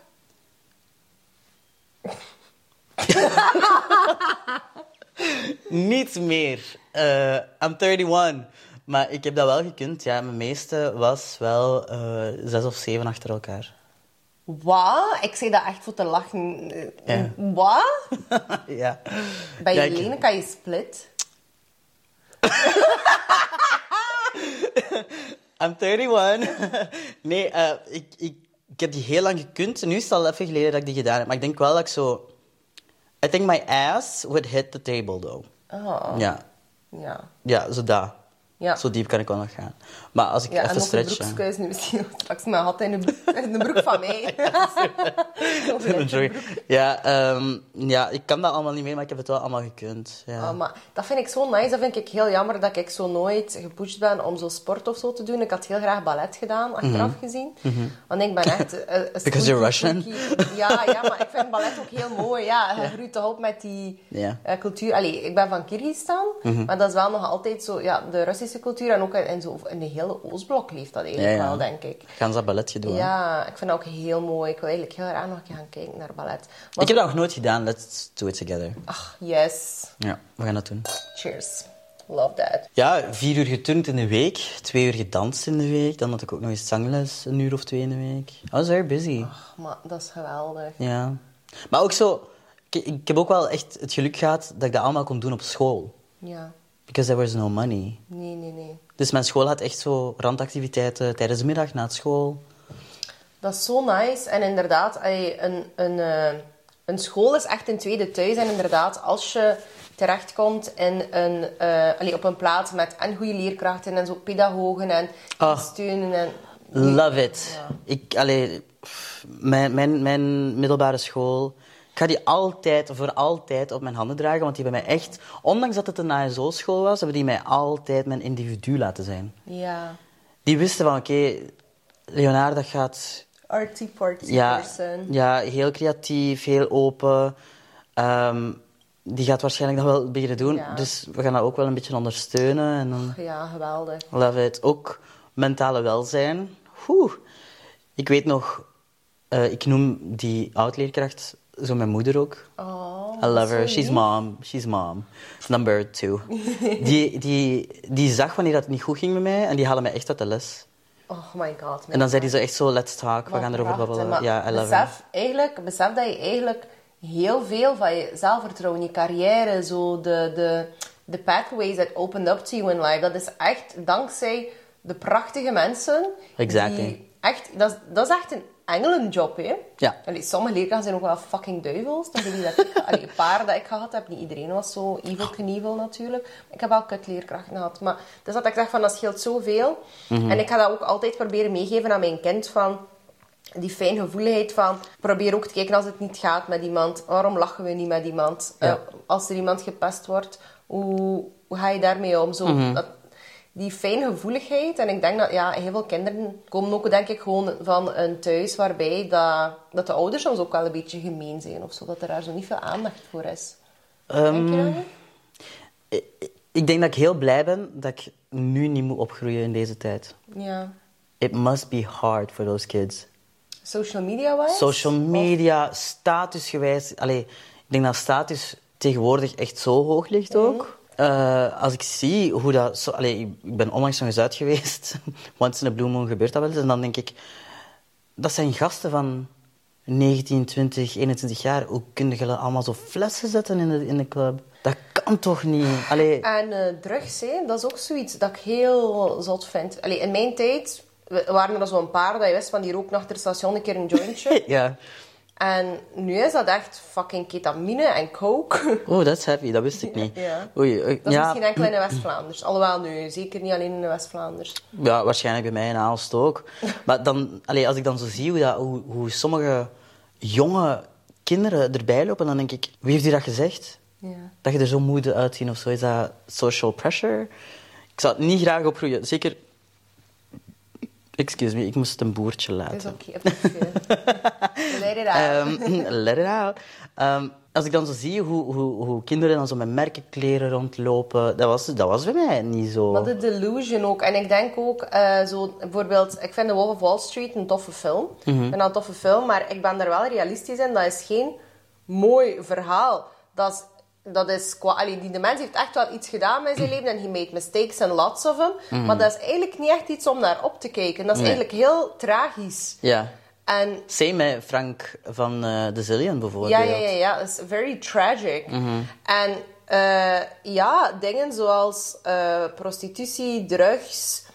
Niet meer. I'm 31. Maar ik heb dat wel gekund. Ja, mijn meeste was wel 6 of 7 achter elkaar. Wat? Ik zei dat echt voor te lachen. Wat? Ja. Bij je lenen kan je split. I'm 31. Nee, ik heb die heel lang gekund. En nu is het al even geleden dat ik die gedaan heb. Maar ik denk wel dat ik zo... I think my ass would hit the table, though. Oh. Ja. Ja, zo dat. Ja. Zo diep kan ik wel nog gaan. Maar als ik even stretch... Ja, en ook broekskuis nu misschien straks mijn had in de broek van mij. Ja, ik kan dat allemaal niet meer, maar ik heb het wel allemaal gekund. Ja. Maar dat vind ik zo nice. Dat vind ik heel jammer dat ik zo nooit gepusht ben om zo sport of zo te doen. Ik had heel graag ballet gedaan, achteraf gezien. Want ik ben echt... Because you're Russian? Ja, maar ik vind ballet ook heel mooi. Ja, je groeit toch op met die cultuur. Allee, ik ben van Kyrgyzstan, maar dat is wel nog altijd zo... Ja, de Russische cultuur en ook in de hele Oostblok leeft dat eigenlijk wel, denk ik. Gaan ze dat balletje doen? Ja, ik vind dat ook heel mooi. Ik wil eigenlijk heel graag nog een keer gaan kijken naar ballet. Maar ik heb dat nog nooit gedaan. Let's do it together. Ach, yes. Ja, we gaan dat doen. Cheers. Love that. Ja, 4 uur geturnd in de week. 2 uur gedanst in de week. Dan had ik ook nog eens zangles, 1 uur of 2 in de week. I was very busy. Ach, maar dat is geweldig. Ja. Maar ook zo... Ik heb ook wel echt het geluk gehad dat ik dat allemaal kon doen op school. Ja. Because there was no money. Nee. Dus mijn school had echt zo randactiviteiten tijdens de middag, na school. Dat is zo nice. En inderdaad, een school is echt een tweede thuis. En inderdaad, als je terechtkomt in op een plaats met en goede leerkrachten en zo pedagogen en steunen. En, love it. Ja. Mijn middelbare school... Ik ga die voor altijd op mijn handen dragen, want die hebben mij echt... Ondanks dat het een ASO-school was, hebben die mij altijd mijn individu laten zijn. Ja. Die wisten van, oké, Leonard, dat gaat... Arty-party person. Ja, heel creatief, heel open. Die gaat waarschijnlijk dat wel beginnen doen. Ja. Dus we gaan dat ook wel een beetje ondersteunen. En dan... Ja, geweldig. Love it. Ook mentale welzijn. Ik weet nog... ik noem die oud-leerkracht... Zo mijn moeder ook. Oh, I love her. She's mom. Number 2. die zag wanneer dat niet goed ging met mij en die haalde mij echt uit de les. Oh my god. En dan zei hij zo echt zo, let's talk. We gaan erover babbelen. Ja, I love her. Besef dat je eigenlijk heel veel van je zelfvertrouwen, je carrière, zo de pathways that opened up to you in life, dat is echt dankzij de prachtige mensen. Exactly. Dat is echt een engelenjob, hè? Ja. Sommige leerkrachten zijn ook wel fucking duivels. Dat een paar dat ik gehad heb. Niet iedereen was zo evil Knievel natuurlijk. Ik heb wel kutleerkrachten gehad. Maar dus dat ik dacht van, dat scheelt zoveel. En ik ga dat ook altijd proberen meegeven aan mijn kind van... Die fijngevoeligheid van... Probeer ook te kijken als het niet gaat met iemand. Waarom lachen we niet met iemand? Ja. Als er iemand gepest wordt, hoe ga je daarmee om? Zo, die fijngevoeligheid. En ik denk dat heel veel kinderen komen ook, denk ik, gewoon van een thuis waarbij dat de ouders soms ook wel een beetje gemeen zijn. Of zo, dat er daar zo niet veel aandacht voor is. Denk je dat niet? Ik denk dat ik heel blij ben dat ik nu niet moet opgroeien in deze tijd. Ja. It must be hard for those kids. Social media-wise? Social media, statusgewijs. Allee, ik denk dat status tegenwoordig echt zo hoog ligt ook. Als ik zie hoe dat... ik ben onlangs nog eens uit geweest. Once in a blue moon gebeurt dat wel eens. En dan denk ik... Dat zijn gasten van 19, 20, 21 jaar. Hoe kun je allemaal zo flessen zetten in de club? Dat kan toch niet? Allee. En drugs, dat is ook zoiets dat ik heel zot vind. In mijn tijd waren er zo'n paar dat je wist van die rook achter het station een keer een jointje. Ja. En nu is dat echt fucking ketamine en coke. Oh, dat is heavy. Dat wist ik niet. Ja. Oei, Dat is misschien enkel in de West-Vlaanders. Alhoewel nu, zeker niet alleen in de West-Vlaanders. Ja, waarschijnlijk bij mij in Aalst ook. Maar dan, als ik dan zo zie hoe sommige jonge kinderen erbij lopen, dan denk ik, wie heeft u dat gezegd? Ja. Dat je er zo moede uitziet of zo. Is dat social pressure? Ik zou het niet graag opgroeien. Zeker... Excuse me, ik moest een boertje laten. Dat is oké. Let it out. Let it out. Als ik dan zo zie hoe kinderen dan zo met merkenkleren rondlopen, dat was bij mij niet zo. Maar de delusion ook. En ik denk ook, zo, bijvoorbeeld, ik vind The Wolf of Wall Street een toffe film. Ik vind dat een toffe film, maar ik ben er wel realistisch in. Dat is geen mooi verhaal. Die mens heeft echt wel iets gedaan met zijn leven en he made mistakes and lots of them. Maar dat is eigenlijk niet echt iets om naar op te kijken. Dat is eigenlijk heel tragisch. Ja. En Same met Frank van The Zillion bijvoorbeeld. Ja. Dat is very tragic. En dingen zoals prostitutie, drugs,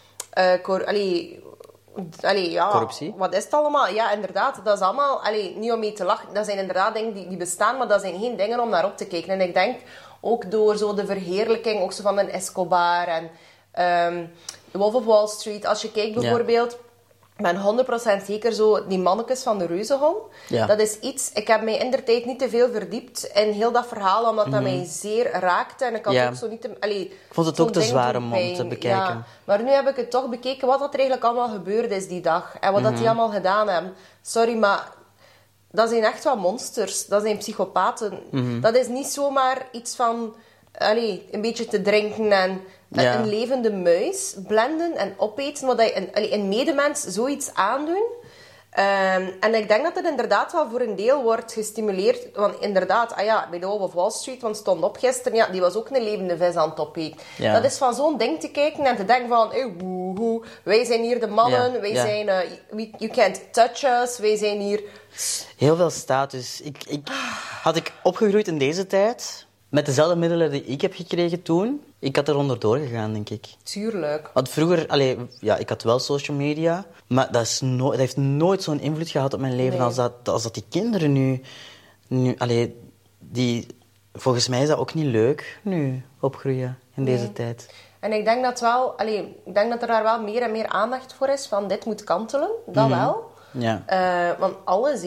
corruptie. Wat is het allemaal? Ja, inderdaad. Dat is allemaal... niet om mee te lachen. Dat zijn inderdaad dingen die bestaan, maar dat zijn geen dingen om naar op te kijken. En ik denk ook door zo de verheerlijking ook zo van een Escobar en The Wolf of Wall Street. Als je kijkt bijvoorbeeld... Ik ben 100% zeker zo, die mannetjes van de Reuzehond. Ja. Dat is iets... Ik heb mij indertijd niet te veel verdiept in heel dat verhaal, omdat dat mij zeer raakte. En ik had ook zo niet te... ik vond het ook te zwaar om te bekijken. Ja. Maar nu heb ik het toch bekeken wat er eigenlijk allemaal gebeurd is die dag. En wat dat die allemaal gedaan hebben. Sorry, maar... Dat zijn echt wel monsters. Dat zijn psychopaten. Dat is niet zomaar iets van... een beetje te drinken en... Een levende muis blenden en opeten, wat je een medemens zoiets aandoen. En ik denk dat het inderdaad wel voor een deel wordt gestimuleerd. Want inderdaad, bij de Wolf of Wall Street, want stond op gisteren, die was ook een levende vis aan het opeten. Ja. Dat is van zo'n ding te kijken en te denken van, wij zijn hier de mannen, wij zijn, you can't touch us, wij zijn hier... Heel veel status. Had ik opgegroeid in deze tijd... Met dezelfde middelen die ik heb gekregen toen, ik had er onderdoor gegaan, denk ik. Tuurlijk. Want vroeger, ik had wel social media, maar dat heeft nooit zo'n invloed gehad op mijn leven als dat die kinderen nu volgens mij is dat ook niet leuk, nu, opgroeien in deze tijd. En ik denk dat er daar wel meer en meer aandacht voor is, van dit moet kantelen, dat wel. Ja. Want alles,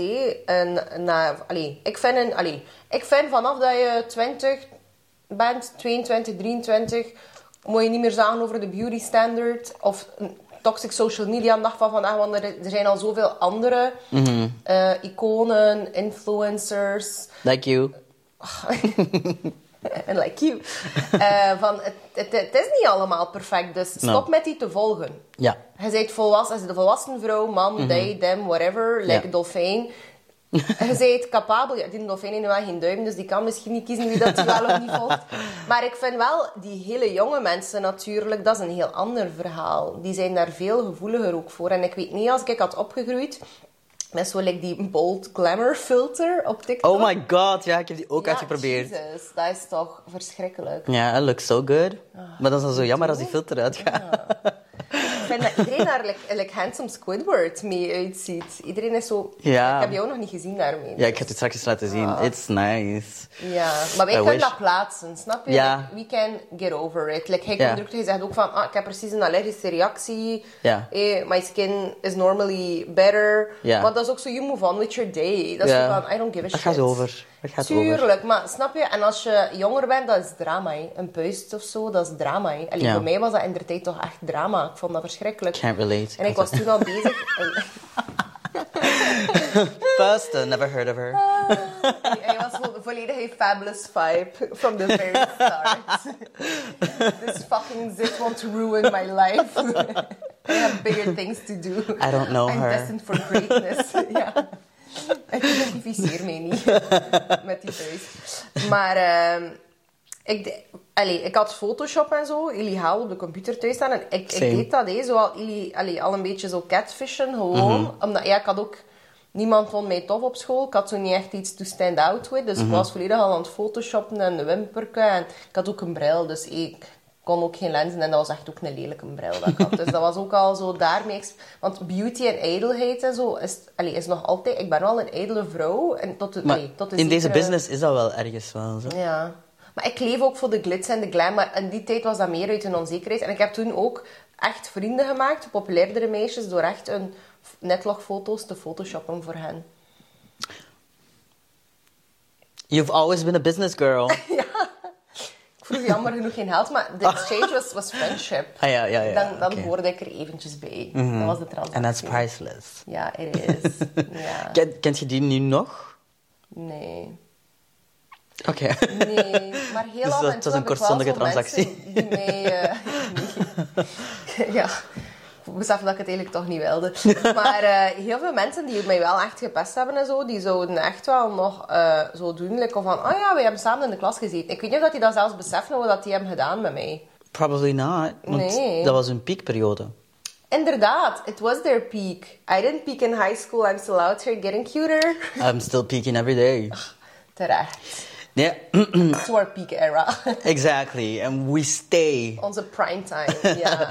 ik vind vanaf dat je 20 bent, 22, 23, moet je niet meer zagen over de beauty standard of toxic social media dag van vandaag, want er zijn al zoveel andere iconen, influencers. Like you. En like you. Het is niet allemaal perfect, dus stop met die te volgen. Ja. Je bent volwassen, als de volwassen vrouw, man, they, them, whatever, like een dolfijn. Je bent capabel. Ja, die dolfijn heeft nu wel geen duim, dus die kan misschien niet kiezen wie dat die wel of niet volgt. Maar ik vind wel, die hele jonge mensen natuurlijk, dat is een heel ander verhaal. Die zijn daar veel gevoeliger ook voor. En ik weet niet, als ik had opgegroeid... Met zo die bold glamour filter op TikTok. Oh my god, ja, ik heb die ook uitgeprobeerd. Jezus, dat is toch verschrikkelijk. Ja, it looks so good. Maar dat is dan zo jammer als die filter uitgaat. Ja. Ik vind dat iedereen daar like handsome Squidward mee uitziet. Iedereen is zo... Ja. Ik heb jou nog niet gezien daarmee. Ja, ik ga het je straks eens laten zien. It's nice. Ja, maar wij kunnen dat plaatsen, snap je? Ja. Like, we can get over it. Like, hij zegt ook van, ik heb precies een allergische reactie. Ja. My skin is normally better. Ja. Maar dat is ook zo, you move on with your day. Dat is zo van, I don't give a shit. Dat gaat over. Dat gaat Tuurlijk, over. maar snap je? En als je jonger bent, dat is drama. Hè. Een puist of zo, dat is drama. Hè. Allee, Ja. voor mij was dat in de tijd toch echt drama. Ik vond dat verschrikkelijk. Can't relate. En ik was toen al bezig... First, never heard of her. Hij was zo volledig een fabulous vibe from the very start. This fucking zit want to ruin my life. I have bigger things to do. I don't know I'm her. destined for greatness. Ja. Ik identificeer mij niet met die thuis. Maar ik had Photoshop en zo, illegaal op de computer thuis staan. En ik deed dat, zo al een beetje zo catfishen, gewoon. Omdat ik had ook... Niemand vond mij tof op school. Ik had zo niet echt iets to stand out with. Dus ik was volledig al aan het photoshoppen en de wimperken. En ik had ook een bril, dus ik kon ook geen lenzen. En dat was echt ook een lelijke bril dat ik had. Dus dat was ook al zo daarmee... Want beauty en ijdelheid en zo is nog altijd... Ik ben wel een ijdele vrouw. En tot in deze business is dat wel ergens wel zo. Ja. Maar ik leef ook voor de glitz en de glam. Maar in die tijd was dat meer uit een onzekerheid. En ik heb toen ook echt vrienden gemaakt, populairdere meisjes, door echt een netlogfoto's te photoshoppen voor hen. You've always been a business girl. Ja. Ik vroeg jammer genoeg geen geld, maar de exchange was friendship. Ja. Dan hoorde ik er eventjes bij. Dat was de transactie. And that's priceless. Ja, it is. Ja. Kent je die nu nog? Nee. Oké. Nee, maar heel Dus af en dat toe was een heb ik wel kortstondige zo transactie. mensen die mij... nee. Ja, ik besef dat ik het eigenlijk toch niet wilde. Maar heel veel mensen die mij wel echt gepest hebben en zo, die zouden echt wel nog zo doen. Like, van, oh ja, wij hebben samen in de klas gezeten. Ik weet niet of die dat zelfs beseffen wat die hebben gedaan met mij. Probably not. Want Nee. dat was hun piekperiode. Inderdaad, it was their peak. I didn't peak in high school. I'm still out here getting cuter. I'm still peaking every day. Terecht. Yeah. To our peak era. Exactly. And we stay. Onze primetime, ja.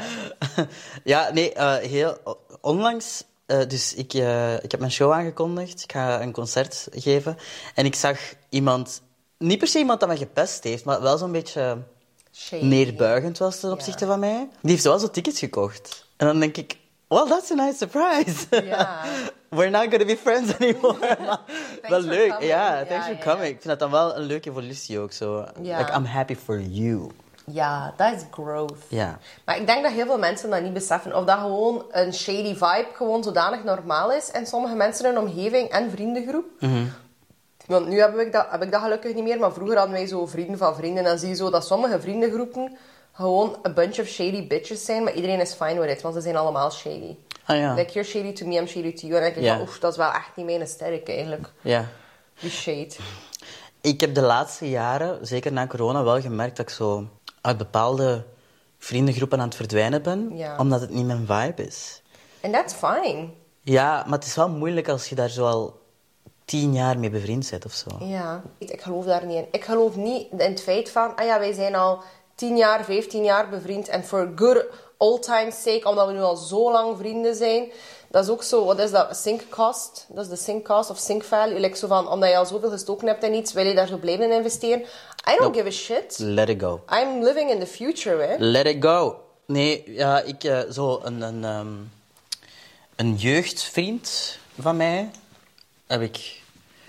Ja, nee, onlangs... dus ik heb mijn show aangekondigd. Ik ga een concert geven. En ik zag iemand... Niet per se iemand dat mij gepest heeft, maar wel zo'n beetje... Shady. neerbuigend was ten opzichte van mij. Die heeft wel zo tickets gekocht. En dan denk ik... Well, that's a nice surprise. Ja. We're not going to be friends anymore. Wel leuk. coming. Ja, thanks Ja, for coming. Ik vind dat dan wel een leuke evolutie ook. Zo. Ja. Like, I'm happy for you. Ja, dat is growth. Ja. Maar ik denk dat heel veel mensen dat niet beseffen. Of dat gewoon een shady vibe gewoon zodanig normaal is. En sommige mensen in hun omgeving en vriendengroep. Want nu heb ik dat gelukkig niet meer. Maar vroeger hadden wij zo vrienden van vrienden. En dan zie je zo dat sommige vriendengroepen gewoon a bunch of shady bitches zijn. Maar iedereen is fine with it. Want ze zijn allemaal shady. Ah ja. Like, you're shady to me, I'm shady to you. En dan denk ik Ja. van, oef, dat is wel echt niet mijn sterk eigenlijk. Ja. Die shade. Ik heb de laatste jaren, zeker na corona, wel gemerkt dat ik zo uit bepaalde vriendengroepen aan het verdwijnen ben. Ja. Omdat het niet mijn vibe is. And that's fine. Ja, maar het is wel moeilijk als je daar zo al 10 jaar mee bevriend bent of zo. Ja, ik geloof daar niet in. Ik geloof niet in het feit van... Ah ja, wij zijn al 10 jaar, 15 jaar bevriend. En for good old time's sake, omdat we nu al zo lang vrienden zijn... Dat is ook zo... Wat is dat? Sink cost. Dat is de sink cost of sink value. Like zo van, omdat je al zoveel gestoken hebt in iets, wil je daar zo blijven in investeren? I don't give a shit. Let it go. I'm living in the future, hè. Let it go. Nee, ja, ik... zo een jeugdvriend van mij heb ik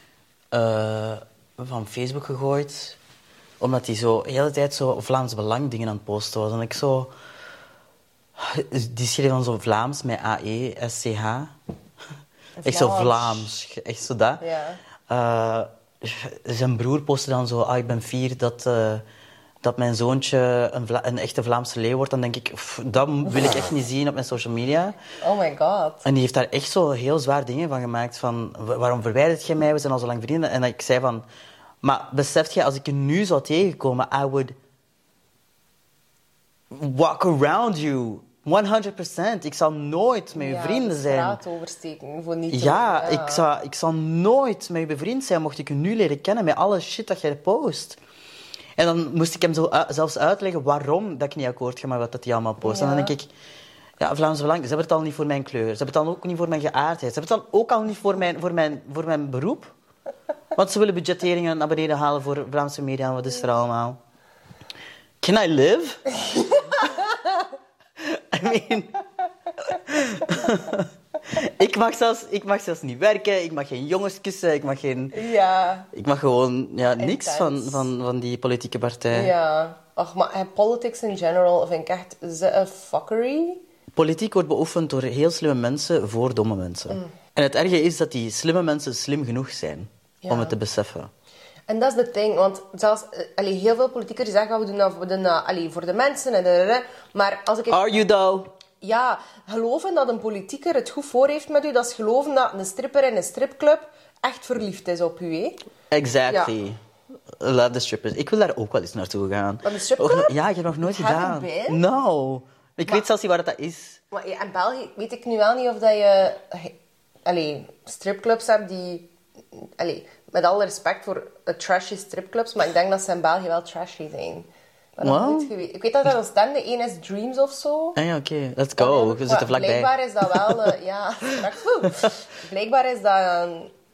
van Facebook gegooid. Omdat hij zo de hele tijd zo Vlaams Belang dingen aan het posten was. En ik zo... Die schreef dan zo Vlaams met A-E-S-C-H. Echt zo Vlaams. Echt zo dat. Ja. Zijn broer postte dan zo... ik ben fier dat mijn zoontje een echte Vlaamse leeuw wordt. Dan denk ik... dat wil ik echt niet zien op mijn social media. Oh my god. En die heeft daar echt zo heel zwaar dingen van gemaakt. Van, waarom verwijdert je mij? We zijn al zo lang vrienden. En ik zei van... Maar beseft je, als ik je nu zou tegenkomen... I would walk around you. 100%. Ik zal nooit met je vrienden zijn. Ja, de straat oversteken voor niet te Ja, doen, ik zal nooit met je bevriend zijn mocht ik je nu leren kennen met alle shit dat jij post. En dan moest ik hem zo zelfs uitleggen waarom dat ik niet akkoord ga met wat hij allemaal post. Ja. En dan denk ik... Ja, Vlaamse Belang, ze hebben het al niet voor mijn kleur. Ze hebben het dan ook niet voor mijn geaardheid. Ze hebben het dan ook al niet voor mijn beroep. Want ze willen budgetteringen naar beneden halen voor Vlaamse media. Wat is er allemaal? Can I live? I mean... ik mag zelfs niet werken. Ik mag geen jongens kussen. Ik mag geen... Ja. Ik mag gewoon niks van die politieke partij. Ja. Ach, maar politics in general vind ik echt een fuckery. Politiek wordt beoefend door heel slimme mensen voor domme mensen. En het erge is dat die slimme mensen slim genoeg zijn om het te beseffen. En dat is het ding, want zelfs heel veel politiekers zeggen we doen dat voor de mensen. Maar als ik... Are you though? Ja, geloven dat een politieker het goed voor heeft met u, dat is geloven dat een stripper in een stripclub echt verliefd is op u, hè? Exactly. Ja. Love the strippers. Ik wil daar ook wel eens naartoe gaan. Wat, een stripclub? Ja, ik heb nog nooit gedaan. Been? No. Ik weet zelfs niet waar dat is. Maar in België weet ik nu wel niet of dat je... stripclubs hebt die... met alle respect voor de trashy stripclubs, maar ik denk dat ze in België wel trashy zijn. Ik weet dat er een stende één is Dreams of zo. Ja, oké. Let's go. We zitten vlakbij. Blijkbaar is dat wel... Blijkbaar is dat...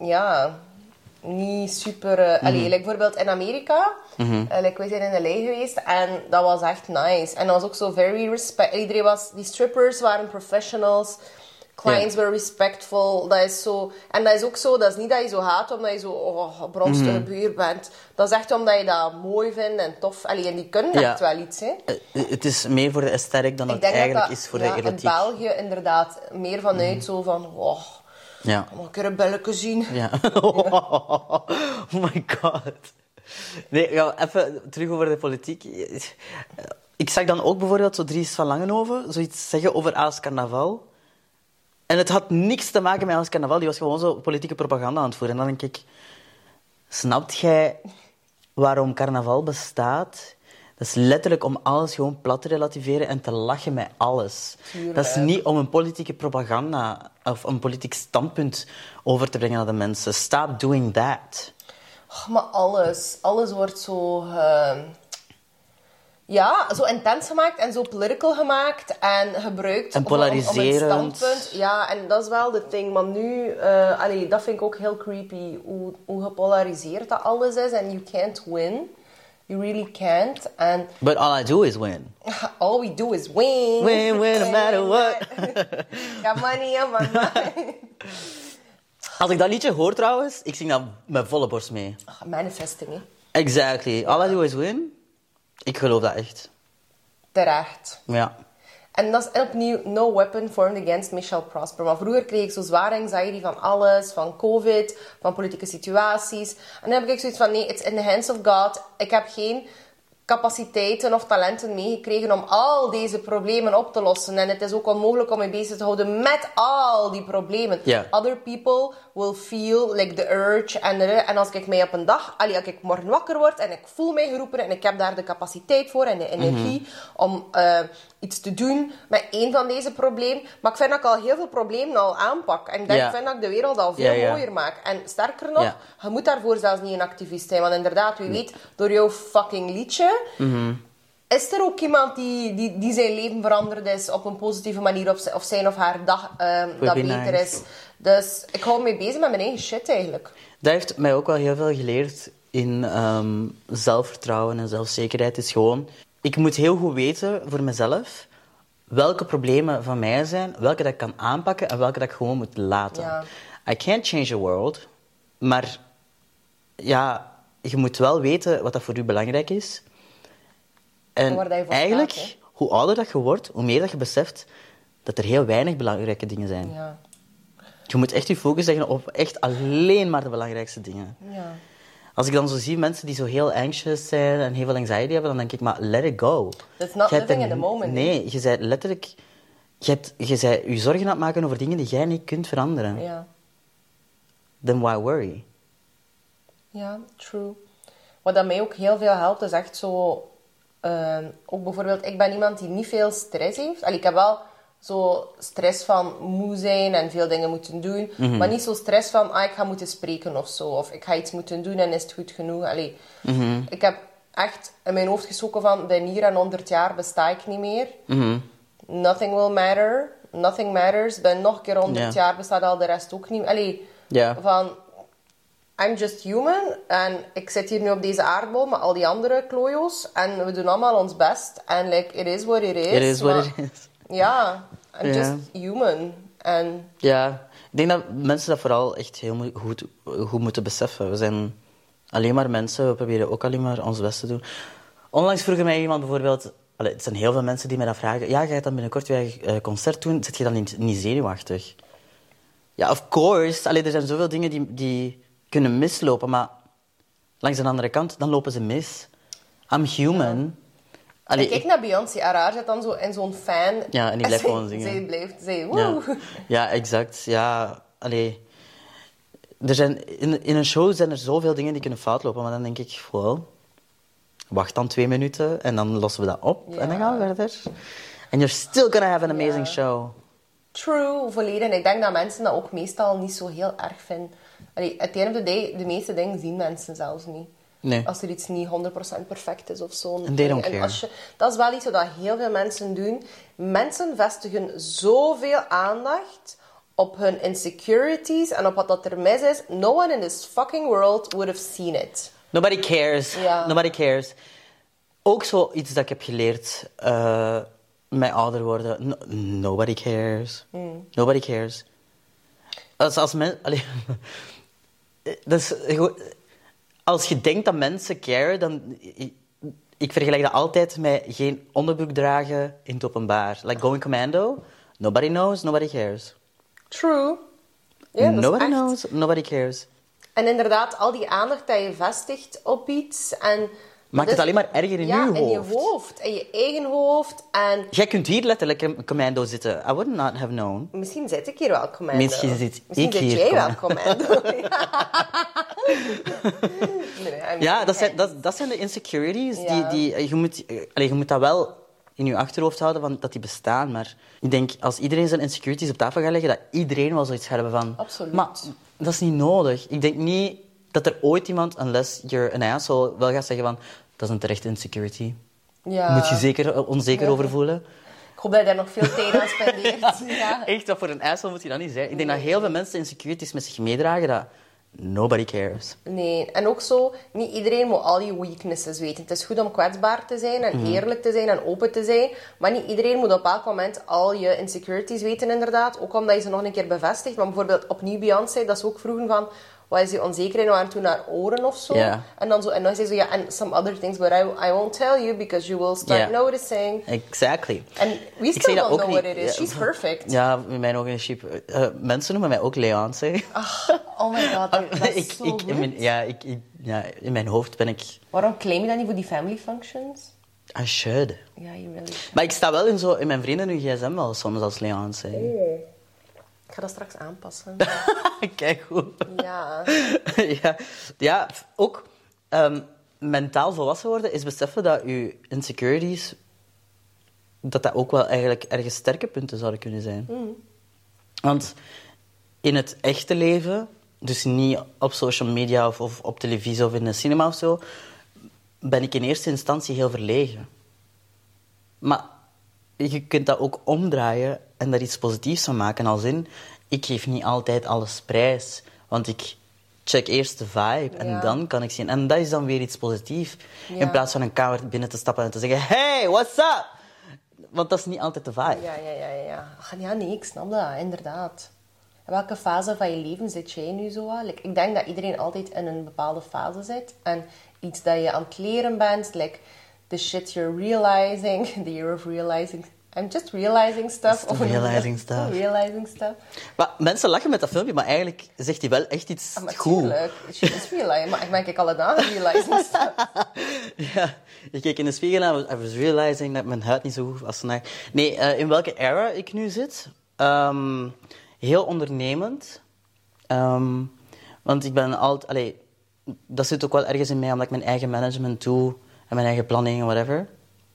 niet super... bijvoorbeeld in Amerika... we zijn in L.A. geweest en dat was echt nice. En dat was ook zo very respect... Die strippers waren professionals... Clients were respectful. Dat is zo... En dat is ook zo... Dat is niet dat je zo haat omdat je zo... bronstige buur bent. Dat is echt omdat je dat mooi vindt en tof. En die kunnen echt wel iets, hè. Het is meer voor de aesthetic dan het eigenlijk is voor de erotiek. In België inderdaad meer vanuit zo van... Ja. Mag ik er een belletje zien? Ja. Oh my god. Nee, even terug over de politiek. Ik zag dan ook bijvoorbeeld zo Dries van Langenhoven zoiets zeggen over Aals Carnaval. En het had niks te maken met Aals Carnaval. Die was gewoon zo politieke propaganda aan het voeren. En dan denk ik... Snapt jij waarom carnaval bestaat? Dat is letterlijk om alles gewoon plat te relativeren en te lachen met alles. Tuurlijk. Dat is niet om een politieke propaganda of een politiek standpunt over te brengen naar de mensen. Stop doing that. Maar alles wordt zo... zo intens gemaakt en zo political gemaakt en gebruikt en polariserend. om een standpunt. Ja, en dat is wel de ding. Maar nu, dat vind ik ook heel creepy, hoe gepolariseerd dat alles is. En you can't win. You really can't. But all I do is win. All we do is win. Win, no matter what. Got money on my mind. Als ik dat liedje hoor trouwens, ik zing dat met volle borst mee. Manifesting, hè. Exactly. All I do is win. Ik geloof dat echt. Terecht. Ja. En dat is opnieuw no weapon formed against me shall prosper. Maar vroeger kreeg ik zo zware anxiety van alles, van COVID, van politieke situaties. En dan heb ik zoiets van, nee, it's in the hands of God. Ik heb geen capaciteiten of talenten meegekregen om al deze problemen op te lossen. En het is ook onmogelijk om je bezig te houden met al die problemen. Yeah. Other people will feel like the urge. En als ik mij op een dag... als ik morgen wakker word en ik voel mij geroepen en ik heb daar de capaciteit voor en de energie om iets te doen met één van deze problemen. Maar ik vind dat ik al heel veel problemen al aanpak. En ik vind dat ik de wereld al veel mooier maak. En sterker nog, je moet daarvoor zelfs niet een activist zijn. Want inderdaad, wie weet, door jouw fucking liedje... Is er ook iemand die zijn leven veranderd is op een positieve manier of zijn of haar dag dat beter is? Dus ik hou me bezig met mijn eigen shit eigenlijk. Dat heeft mij ook wel heel veel geleerd in zelfvertrouwen en zelfzekerheid. Is gewoon, ik moet heel goed weten voor mezelf welke problemen van mij zijn, welke dat ik kan aanpakken en welke dat ik gewoon moet laten. Ja. I can't change the world, maar ja, je moet wel weten wat dat voor u belangrijk is. En eigenlijk, staat, hoe ouder dat je wordt, hoe meer dat je beseft dat er heel weinig belangrijke dingen zijn. Ja. Je moet echt je focus leggen op echt alleen maar de belangrijkste dingen. Ja. Als ik dan zo zie mensen die zo heel anxious zijn en heel veel anxiety hebben, dan denk ik, maar let it go. That's not living in the moment. Nee, je bent letterlijk... Je bent je zorgen aan het maken over dingen die jij niet kunt veranderen. Ja. Then why worry? Ja, true. Wat dat mij ook heel veel helpt, is echt zo... ook bijvoorbeeld, ik ben iemand die niet veel stress heeft. Ik heb wel zo stress van moe zijn en veel dingen moeten doen. Maar niet zo stress van, ik ga moeten spreken of zo. Of ik ga iets moeten doen en is het goed genoeg. Ik heb echt in mijn hoofd gestoken van, binnen hier en 100 jaar besta ik niet meer. nothing will matter. Nothing matters. Ben nog een keer 100 jaar bestaat al de rest ook niet. Allee, van... I'm just human. En ik zit hier nu op deze aardbol met al die andere klojo's. En we doen allemaal ons best. En like, it is what it is. It is what it is. Ja, I'm just human. En... Ja, ik denk dat mensen dat vooral echt heel goed moeten beseffen. We zijn alleen maar mensen. We proberen ook alleen maar ons best te doen. Onlangs vroeg mij iemand bijvoorbeeld... Het zijn heel veel mensen die mij dat vragen. Ja, ga je dan binnenkort weer een concert doen? Zit je dan niet zenuwachtig? Ja, of course. Er zijn zoveel dingen die kunnen mislopen. Maar langs de andere kant, dan lopen ze mis. I'm human. Ja. Kijk naar Beyoncé. Haar zit dan zo in zo'n fan. Ja, en die blijft gewoon zingen. Zij blijft zeggen, woe. Ja, exact. Ja, in een show zijn er zoveel dingen die kunnen fout lopen. Maar dan denk ik, wacht dan 2 minuten en dan lossen we dat op. En dan gaan we verder. And you're still gonna have an amazing show. True, volledig. En ik denk dat mensen dat ook meestal niet zo heel erg vinden. At the end of the day, de meeste dingen zien mensen zelfs niet. Nee. Als er iets niet 100% perfect is of zo. And they don't care. Dat is wel iets wat heel veel mensen doen. Mensen vestigen zoveel aandacht op hun insecurities en op wat dat er mis is. No one in this fucking world would have seen it. Nobody cares. Ja. Nobody cares. Ook zoiets dat ik heb geleerd met ouder worden. Nobody cares. Nobody cares. Als je denkt dat mensen care, dan... Ik vergelijk dat altijd met geen onderbroek dragen in het openbaar. Like going commando. Nobody knows, nobody cares. True. Ja, nobody knows, nobody cares. En inderdaad, al die aandacht die je vestigt op iets... En maakt het alleen maar erger in je hoofd. Ja, in je hoofd. In je eigen hoofd. En... Jij kunt hier letterlijk een commando zitten. I would not have known. Misschien zit ik hier wel commando. Misschien zit jij wel commando. Ja, dat zijn de insecurities. Ja. Je moet dat wel in je achterhoofd houden, dat die bestaan. Maar ik denk, als iedereen zijn insecurities op tafel gaat leggen, dat iedereen wel zoiets gaat hebben van... Absoluut. Maar dat is niet nodig. Ik denk niet dat er ooit iemand, unless you're an asshole, wel gaat zeggen van... Dat is een terechte insecurity. Ja. Moet je zeker onzeker over voelen. Ik hoop dat je daar nog veel tijd aan spendeert. Ja. Echt, wat voor een asshole moet je dat niet zijn. Ik denk dat heel veel mensen insecurities met zich meedragen, dat nobody cares. Nee, en ook zo, niet iedereen moet al je weaknesses weten. Het is goed om kwetsbaar te zijn en eerlijk te zijn en open te zijn, maar niet iedereen moet op elk moment al je insecurities weten, inderdaad. Ook omdat je ze nog een keer bevestigt. Maar bijvoorbeeld opnieuw Beyoncé, dat ze ook vroegen van... Wat is die onzekerheid? waren toen naar oren of zo. Yeah. En dan zei ze, ja, and some other things, but I won't tell you because you will start noticing. Exactly. And we still don't know what it is. She's perfect. Ja, in mijn ogen is she... mensen noemen mij ook Leonce. Oh my god, dat is zo goed. In mijn hoofd ben ik... Waarom claim je dat niet voor die family functions? I should. Ja, you really should. Maar ik sta wel in mijn vrienden hun gsm wel soms als Leonce. Oh. Ik ga dat straks aanpassen. Kijk goed. Ja. Ja, ook mentaal volwassen worden is beseffen dat je insecurities... dat ook wel eigenlijk ergens sterke punten zouden kunnen zijn. Want in het echte leven, dus niet op social media of op televisie of in een cinema of zo, ben ik in eerste instantie heel verlegen. Maar je kunt dat ook omdraaien en daar iets positiefs van maken. Als in, ik geef niet altijd alles prijs. Want ik check eerst de vibe en dan kan ik zien. En dat is dan weer iets positiefs. Ja. In plaats van een kamer binnen te stappen en te zeggen... Hey, what's up? Want dat is niet altijd de vibe. Ja, nee, ik snap dat, inderdaad. In welke fase van je leven zit jij nu zo aan? Ik denk dat iedereen altijd in een bepaalde fase zit. En iets dat je aan het leren bent, like the shit you're realizing, the year of realizing... I'm just realizing stuff. Realizing stuff. Maar mensen lachen met dat filmpje, maar eigenlijk zegt hij wel echt iets goed. Natuurlijk, she is realizing. Maar ik ben alle dagen realizing stuff. Ja, ik keek in de spiegel en I was realizing dat mijn huid niet zo goed was vandaag. Nee, in welke era ik nu zit? Heel ondernemend. Want ik ben altijd... dat zit ook wel ergens in mij, omdat ik mijn eigen management doe en mijn eigen planning en whatever.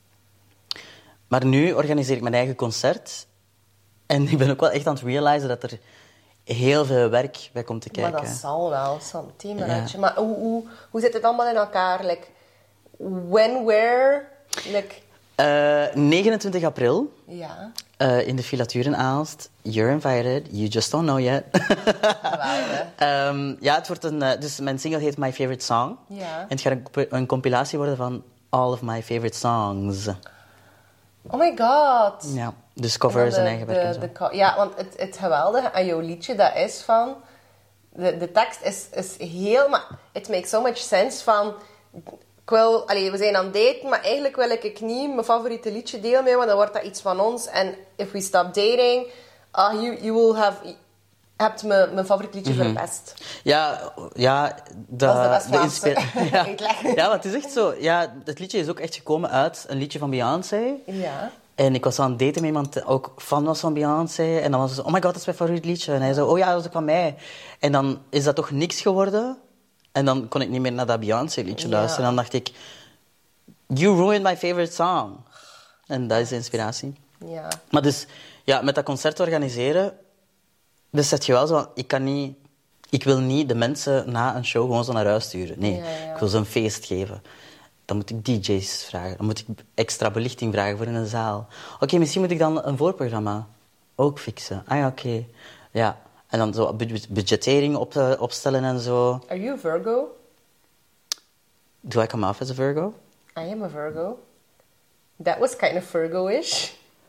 Maar nu organiseer ik mijn eigen concert. En ik ben ook wel echt aan het realisen dat er heel veel werk bij komt te kijken. Maar dat zal wel, Santi. Maar hoe zit het allemaal in elkaar? Like, when, where? Like... 29 april. Ja. In de filatuur in Aalst. You're invited. You just don't know yet. Geweldig. Ja, het wordt dus mijn single heet My Favorite Song. Ja. En het gaat een compilatie worden van all of my favorite songs. Oh my god. Ja, dus covers en eigen werk en zo. Ja, want het geweldige aan jouw liedje, dat is van... De tekst is heel... Maar it makes so much sense van... we zijn aan het daten, maar eigenlijk wil ik niet mijn favoriete liedje delen met, want dan wordt dat iets van ons. En if we stop dating, you will have... Je hebt mijn favoriete liedje verpest. Ja, Dat is de best Vlaamse ja. uitleg. Ja, want het is echt zo... Ja, het liedje is ook echt gekomen uit een liedje van Beyoncé. Ja. En ik was aan het daten met iemand die ook fan was van Beyoncé. En dan was ze zo, oh my god, dat is mijn favoriet liedje. En hij zo, oh ja, dat is ook van mij. En dan is dat toch niks geworden. En dan kon ik niet meer naar dat Beyoncé-liedje luisteren. En dan dacht ik, you ruined my favorite song. En dat is de inspiratie. Ja. Maar dus, ja, met dat concert organiseren, besef je wel zo, ik wil niet de mensen na een show gewoon zo naar huis sturen. Nee, ik wil ze een feest geven. Dan moet ik DJ's vragen. Dan moet ik extra belichting vragen voor in een zaal. Oké, misschien moet ik dan een voorprogramma ook fixen. Ah ja, oké. Ja. En dan zo budgettering opstellen en zo. Are you a Virgo? Do I come off as a Virgo? I am a Virgo. That was kind of Virgo-ish.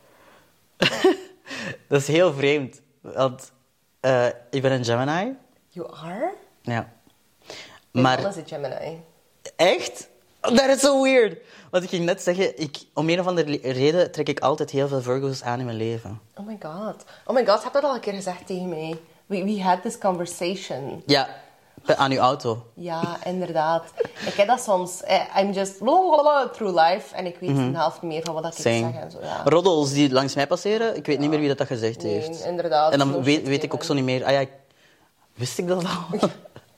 Dat is heel vreemd. Want ik ben een Gemini. You are? Ja. Maar... Man is a Gemini. Echt? Dat is so weird. Want ik ging net zeggen, om een of andere reden trek ik altijd heel veel Virgo's aan in mijn leven. Oh my god. Oh my god, heb dat al een keer gezegd tegen mij? We had this conversation. Ja, aan uw auto. Ja, inderdaad. Ik heb dat soms... I'm just through life en ik weet een helft meer van wat ik zeg en zo. Ja. Roddels die langs mij passeren, ik weet niet meer wie dat gezegd heeft. Nee, inderdaad. En dan weet ik ook zo niet meer... Ah ja, wist ik dat al?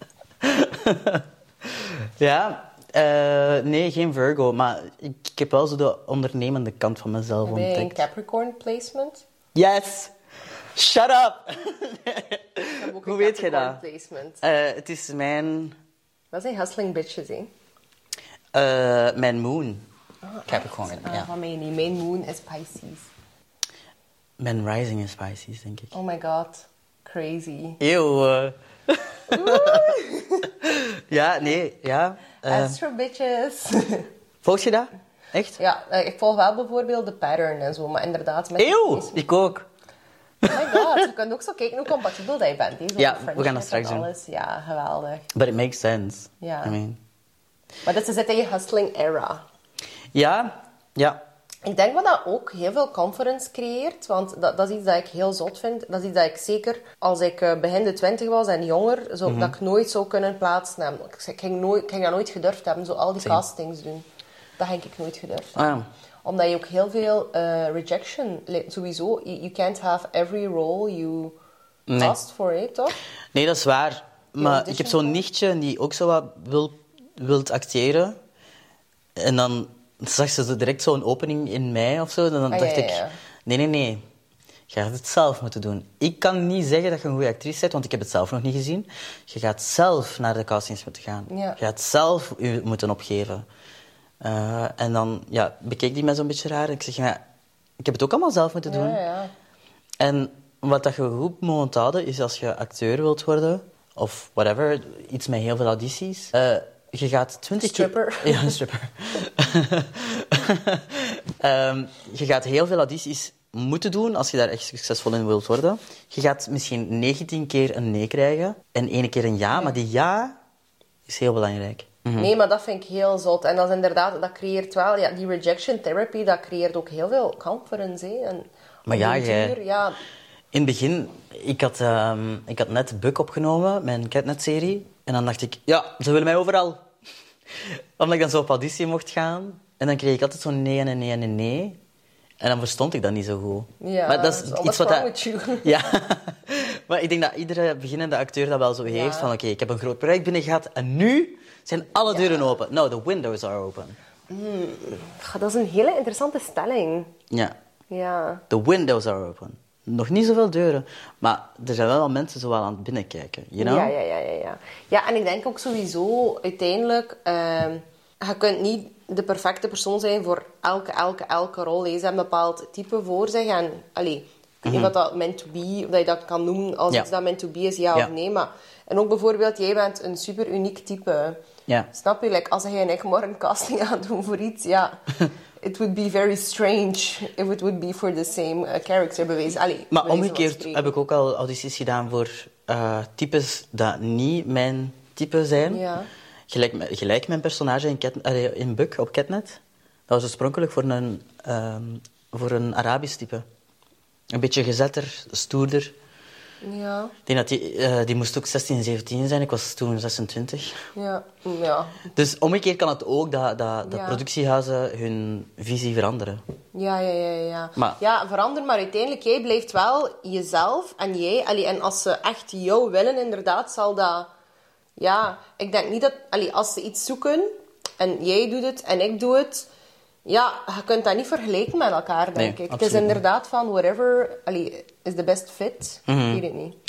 Ja... nee, geen Virgo, maar ik heb wel zo de ondernemende kant van mezelf ontdekt. Ben je een Capricorn placement? Yes! Shut up! Hoe weet je dat? Placement. Het is mijn... Dat zijn hustling bitches, hè? Mijn moon. Capricorn, ja. Van mij niet. Mijn moon is Pisces. Mijn rising is Pisces, denk ik. Oh my god. Crazy. Eeuw. Ja, nee, ja. Astro bitches. Volg je dat? Echt? Ja, ik volg wel bijvoorbeeld de pattern en zo, maar inderdaad... Eeuw, ik ook. Oh my god, je kunt ook zo kijken hoe compatibel dat je bent. Hè? Ja, we gaan dat straks doen. Alles. Ja, geweldig. But it makes sense. Ja. I mean. Maar dus je zit in je hustling era. Ja, ja. Ik denk dat dat ook heel veel confidence creëert, want dat is iets dat ik heel zot vind. Dat is iets dat ik zeker, als ik begin de 20 was en jonger, dat ik nooit zou kunnen plaatsen. Ik ging dat nooit gedurfd hebben, zo al die castings doen. Dat heb ik nooit gedurfd hebben. Omdat je ook heel veel rejection... Sowieso, you can't have every role you asked for, toch? Nee, dat is waar. Maar ik heb zo'n nichtje die ook zo wat wilt acteren. En dan zag ze direct zo'n opening in mij of zo. En dan dacht ik... Nee. Je gaat het zelf moeten doen. Ik kan niet zeggen dat je een goede actrice bent, want ik heb het zelf nog niet gezien. Je gaat zelf naar de castings moeten gaan. Ja. Je gaat zelf je moeten opgeven. En dan bekeek die mij zo'n beetje raar. Ik zeg, ik heb het ook allemaal zelf moeten doen. Ja. En wat dat je goed moet onthouden, is als je acteur wilt worden, of whatever, iets met heel veel audities, je gaat 20 Stripper. Ja, een stripper. Je gaat heel veel audities moeten doen als je daar echt succesvol in wilt worden. Je gaat misschien 19 keer een nee krijgen en 1 keer een ja, maar die ja is heel belangrijk. Nee, maar dat vind ik heel zot. En dat is inderdaad, dat creëert wel... Ja, die rejection therapy, dat creëert ook heel veel confidence, hè. En maar in het begin... Ik had net Buck opgenomen, mijn Catnet-serie. En dan dacht ik, ja, ze willen mij overal. Omdat ik dan zo op auditie mocht gaan. En dan kreeg ik altijd zo'n nee en een nee en een nee. En dan verstond ik dat niet zo goed. Ja, maar dat is iets wat with you. Ja, maar ik denk dat iedere beginnende acteur dat wel zo heeft. Van oké, ik heb een groot project binnen gehad en nu zijn alle deuren open. No, the windows are open. Dat is een hele interessante stelling. Ja. The windows are open. Nog niet zoveel deuren, maar er zijn wel mensen zo wel aan het binnenkijken, you know? Ja, en ik denk ook sowieso, uiteindelijk... je kunt niet de perfecte persoon zijn voor elke rol. Ze hebben een bepaald type voor zich. En, ik weet niet wat dat meant to be, of dat je dat kan noemen als iets dat meant to be is, ja of nee. Maar, en ook bijvoorbeeld, jij bent een super uniek type. Ja. Snap je? Als jij en ik morgen een casting gaan doen voor iets, ja... It would be very strange if it would be for the same character, bewezen. Maar omgekeerd heb ik ook al audities gedaan voor types dat niet mijn type zijn. Ja. Gelijk mijn personage in Buck op Catnet. Dat was oorspronkelijk voor een Arabisch type. Een beetje gezetter, stoerder. Ja. Ik denk dat die moest ook 16, 17 zijn. Ik was toen 26. Ja. Dus omgekeerd kan het ook dat productiehuizen hun visie veranderen. Ja. Ja, verander, maar uiteindelijk, jij blijft wel jezelf. En jij, en als ze echt jou willen, inderdaad, zal dat... Ja, ik denk niet dat... als ze iets zoeken, en jij doet het, en ik doe het... Ja, je kunt dat niet vergelijken met elkaar, denk ik. Het is inderdaad van whatever is the best fit. Ik weet het niet.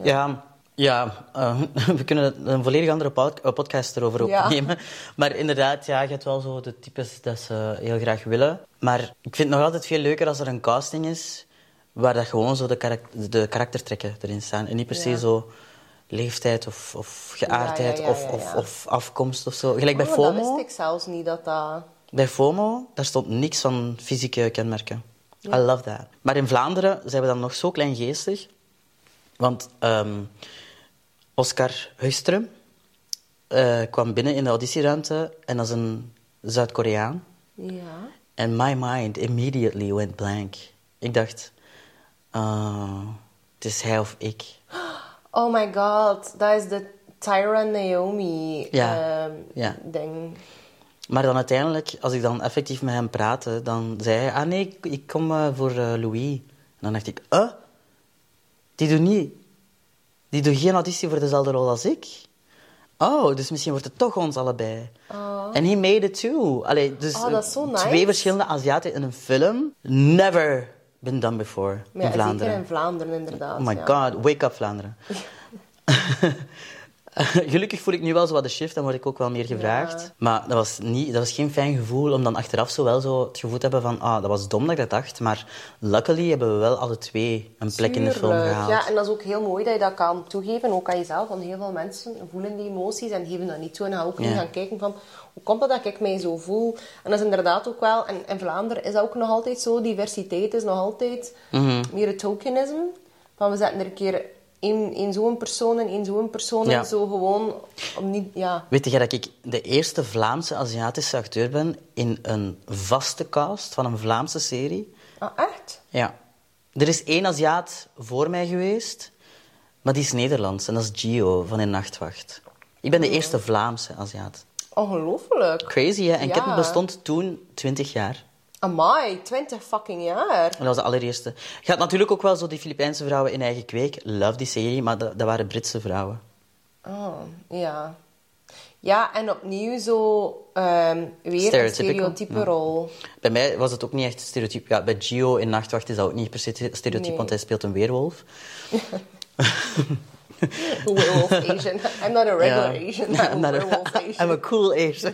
We kunnen een volledig andere podcast erover opnemen. Maar inderdaad, je hebt wel zo de types dat ze heel graag willen. Maar ik vind het nog altijd veel leuker als er een casting is waar dat gewoon zo de karaktertrekken erin staan. En niet per se zo leeftijd of geaardheid of afkomst of zo. Gelijk bij FOMO. Dat wist ik zelfs niet dat dat... Bij FOMO, daar stond niks van fysieke kenmerken. I love that. Maar in Vlaanderen zijn we dan nog zo kleingeestig. Want Oscar Huistrum kwam binnen in de auditieruimte en dat is een Zuid-Koreaan. Ja. En my mind immediately went blank. Ik dacht, het is hij of ik. Oh my god, dat is de Tyra Naomi ding. Maar dan uiteindelijk, als ik dan effectief met hem praatte, dan zei hij... Ah nee, ik kom voor Louis. En dan dacht ik... Die doet geen auditie voor dezelfde rol als ik? Oh, dus misschien wordt het toch ons allebei. En he made it too. Dus dat is zo nice. 2 verschillende Aziaten in een film. Never been done before in Vlaanderen. Zeker in Vlaanderen, inderdaad. Oh my god, wake up Vlaanderen. Gelukkig voel ik nu wel zo wat de shift, dan word ik ook wel meer gevraagd. Ja. Maar dat was geen fijn gevoel om dan achteraf zo wel zo het gevoel te hebben van dat was dom dat ik dat dacht, maar luckily hebben we wel alle 2 een plek in de film gehaald. Ja, en dat is ook heel mooi dat je dat kan toegeven, ook aan jezelf, want heel veel mensen voelen die emoties en geven dat niet toe en gaan ook niet gaan kijken van hoe komt het dat ik mij zo voel? En dat is inderdaad ook wel, en in Vlaanderen is dat ook nog altijd zo, diversiteit is nog altijd meer het tokenisme, van we zetten er een keer één zo'n persoon en één zo'n persoon en zo gewoon om niet... Ja. Weet je dat ik de eerste Vlaamse Aziatische acteur ben in een vaste cast van een Vlaamse serie? Ah, echt? Ja. Er is 1 Aziat voor mij geweest, maar die is Nederlands en dat is Gio van In Nachtwacht. Ik ben de eerste Vlaamse Aziat. Ongelooflijk. Crazy, hè? En Catnet bestond toen 20 jaar. Amai, 20 fucking jaar. Dat was de allereerste. Je had natuurlijk ook wel zo die Filipijnse vrouwen in Eigen Kweek. Love die serie, maar dat waren Britse vrouwen. Oh, ja. Ja, en opnieuw zo weer een stereotype rol. Bij mij was het ook niet echt stereotype. Ja, bij Gio in Nachtwacht is dat ook niet per se stereotype, want hij speelt een weerwolf. Werewolf Asian. I'm not a regular Asian. I'm a werewolf Asian. I'm a cool Asian.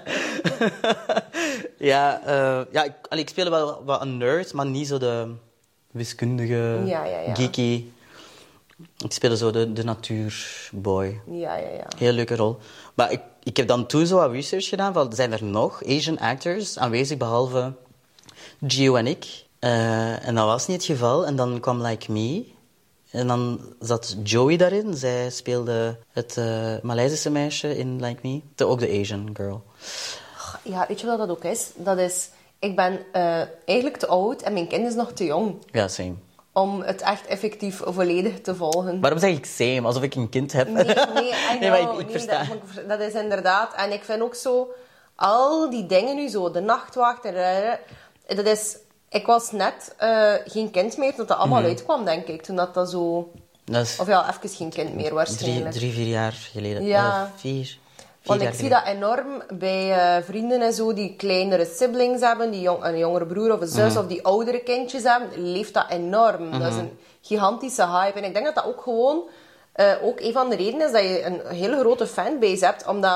Ik speel wel wat een nerd, maar niet zo de wiskundige, geeky. Ik speelde zo de natuurboy. Ja. Heel leuke rol. Maar ik heb dan toen zo wat research gedaan van, zijn er nog Asian actors aanwezig, behalve Gio en ik? En dat was niet het geval. En dan kwam Like Me. En dan zat Joey daarin. Zij speelde het Maleisische meisje in Like Me. Ook de Asian girl. Ja, weet je wat dat ook is? Dat is... Ik ben eigenlijk te oud en mijn kind is nog te jong. Ja, same. Om het echt effectief volledig te volgen. Waarom zeg ik same? Alsof ik een kind heb? Nee, maar ik versta. Dat is inderdaad... En ik vind ook zo... Al die dingen nu zo, de nachtwacht... Dat is... Ik was net geen kind meer toen dat allemaal uitkwam, denk ik. Toen dat zo... Of ja, even geen kind meer waarschijnlijk. 3-4 jaar geleden. Ja. 4 Want ik zie dat enorm bij vrienden en zo die kleinere siblings hebben, die een jongere broer of een zus of die oudere kindjes hebben, leeft dat enorm. Dat is een gigantische hype. En ik denk dat dat ook gewoon ook een van de redenen is dat je een hele grote fanbase hebt, omdat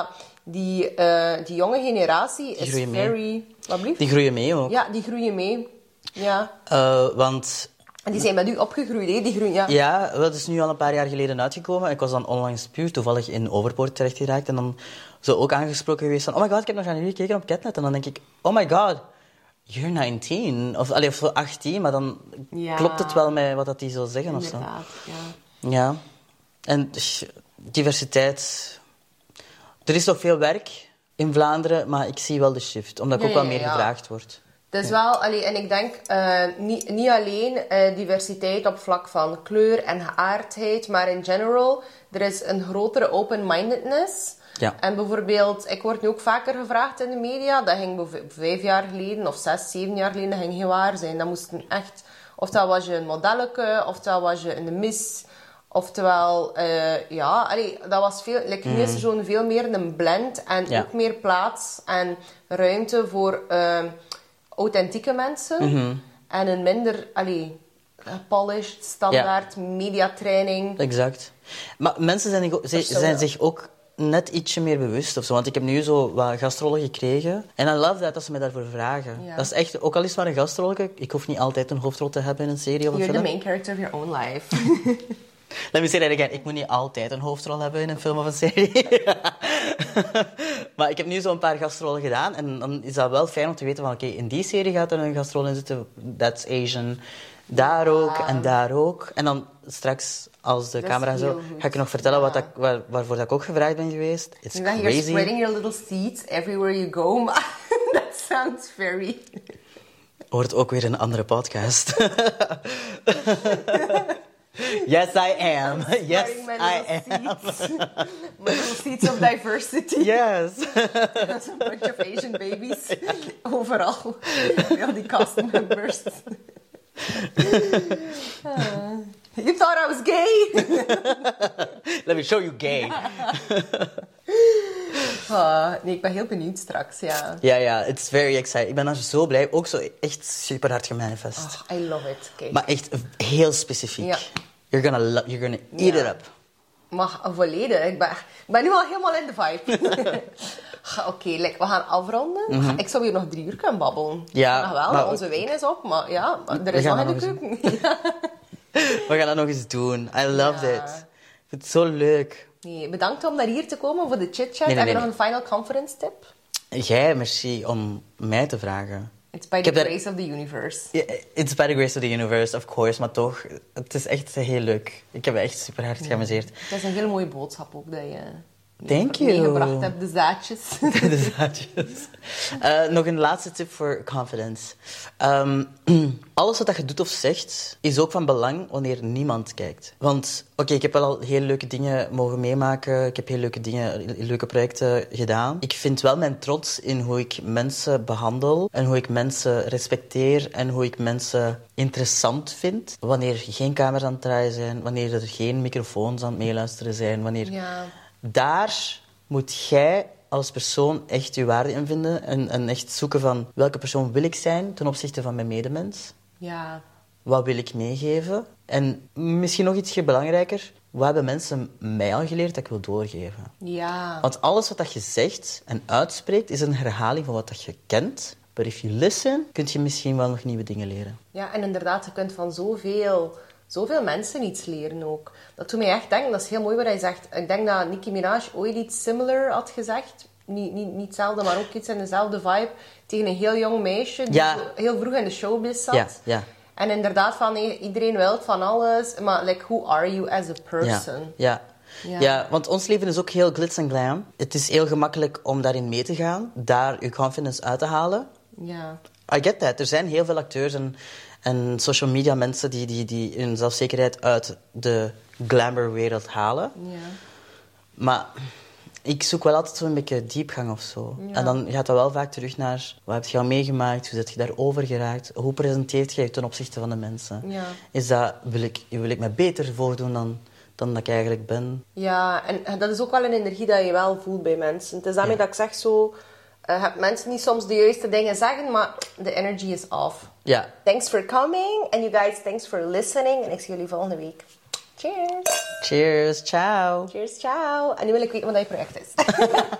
die jonge generatie is very... Wat blieft? Die groeien mee ook. Ja, die groeien mee. Ja. Want... En die zijn met u opgegroeid, hè? Die groeien, ja. Ja, dat is nu al een paar jaar geleden uitgekomen. Ik was dan onlangs puur toevallig in Overpoort terechtgeraakt. En dan zo ook aangesproken geweest van... Oh my god, ik heb nog naar jullie gekeken op Catnet. En dan denk ik... Oh my god, you're 19. Of 18, maar dan klopt het wel met wat dat die zo zeggen. Inderdaad, of zo. Ja. En diversiteit... Er is nog veel werk in Vlaanderen, maar ik zie wel de shift. Omdat ik ook wel meer gevraagd word. Het is wel, en ik denk niet alleen diversiteit op vlak van kleur en geaardheid, maar in general, er is een grotere open-mindedness. Ja. En bijvoorbeeld, ik word nu ook vaker gevraagd in de media, dat ging 5 jaar geleden of 6, 7 jaar geleden, dat ging geen waar zijn. Dat moesten echt, oftewel was je een modelleke, oftewel was je een miss, oftewel, dat was veel, nu is er zo'n veel meer een blend en ook meer plaats en ruimte voor... authentieke mensen en een minder polished, standaard mediatraining. Exact. Maar mensen zijn zich ook net ietsje meer bewust of zo. Want ik heb nu zo wat gastrollen gekregen. En I love dat ze me daarvoor vragen. Ja. Dat is echt, ook al is het maar een gastrol, ik hoef niet altijd een hoofdrol te hebben in een serie of een film. You're the main character of your own life. Let me say that again. Ik moet niet altijd een hoofdrol hebben in een film of een serie. Maar ik heb nu zo een paar gastrollen gedaan. En dan is dat wel fijn om te weten van... Oké, in die serie gaat er een gastrol in zitten. That's Asian. Daar ook en daar ook. En dan straks, als de camera zo... Ga ik je nog vertellen waarvoor dat ik ook gevraagd ben geweest. It's crazy. You're spreading your little seeds everywhere you go. That sounds very... Hoort ook weer een andere podcast. Yes, I am. Yes, I am. My little seeds of diversity. Yes. That's a bunch of Asian babies. Overal. All die cast members. You thought I was gay? Let me show you gay. Nee, ik ben heel benieuwd straks, ja. Ja, it's very exciting. Ik ben daar zo blij. Ook zo echt super hard gemanifest. Oh, I love it. Kijk. Maar echt heel specifiek. Ja. You're gonna eat it up. Maar volledig. Ik ben nu al helemaal in de vibe. Oké, we gaan afronden. Ik zou hier nog 3 uur kunnen babbelen. Ja. Wel, maar onze wijn is op, maar ja, er is nog in de keuken. We gaan dat nog eens doen. I love it. Ik vind het zo leuk. Nee, bedankt om naar hier te komen voor de chit-chat. Heb je nog een final conference tip? Jij, merci om mij te vragen. It's by the grace of the universe. It's by the grace of the universe, of course. Maar toch, het is echt heel leuk. Ik heb me echt super hard geamuseerd. Het is een hele mooie boodschap ook dat je... Thank you. Meegebracht hebt, de zaadjes. De zaadjes. Nog een laatste tip voor confidence. Alles wat je doet of zegt, is ook van belang wanneer niemand kijkt. Want, ik heb wel al heel leuke dingen mogen meemaken. Ik heb heel leuke projecten gedaan. Ik vind wel mijn trots in hoe ik mensen behandel. En hoe ik mensen respecteer. En hoe ik mensen interessant vind. Wanneer geen camera's aan het draaien zijn. Wanneer er geen microfoons aan het meeluisteren zijn. Wanneer... Ja. Daar moet jij als persoon echt je waarde in vinden. En echt zoeken van welke persoon wil ik zijn ten opzichte van mijn medemens. Ja. Wat wil ik meegeven? En misschien nog iets belangrijker. Wat hebben mensen mij al geleerd dat ik wil doorgeven? Ja. Want alles wat je zegt en uitspreekt is een herhaling van wat je kent. But if you listen, kun je misschien wel nog nieuwe dingen leren. Ja, en inderdaad, je kunt van zoveel mensen iets leren ook. Dat doet mij echt denken, dat is heel mooi wat hij zegt. Ik denk dat Nicki Minaj ooit iets similar had gezegd. Niet hetzelfde, maar ook iets in dezelfde vibe. Tegen een heel jong meisje die heel vroeg in de showbiz zat. Ja. En inderdaad, van iedereen wil van alles. Maar who are you as a person? Ja, want ons leven is ook heel glitz en glam. Het is heel gemakkelijk om daarin mee te gaan. Daar je confidence uit te halen. Ja. I get that. Er zijn heel veel acteurs en social media mensen die hun zelfzekerheid uit de glamourwereld halen. Ja. Maar ik zoek wel altijd zo'n beetje diepgang of zo. Ja. En dan gaat dat wel vaak terug naar wat heb je al meegemaakt, hoe zit je daarover geraakt, hoe presenteert je je ten opzichte van de mensen. Ja. Is dat, wil ik me beter voordoen dan dat ik eigenlijk ben? Ja, en dat is ook wel een energie dat je wel voelt bij mensen. Het is daarmee dat ik zeg zo... heb mensen niet soms de juiste dingen zeggen, maar de energy is off. Ja. Thanks for coming. And you guys, thanks for listening. En ik zie jullie volgende week. Cheers. Cheers, ciao. Cheers, ciao. En nu wil ik weten wat dat je project is.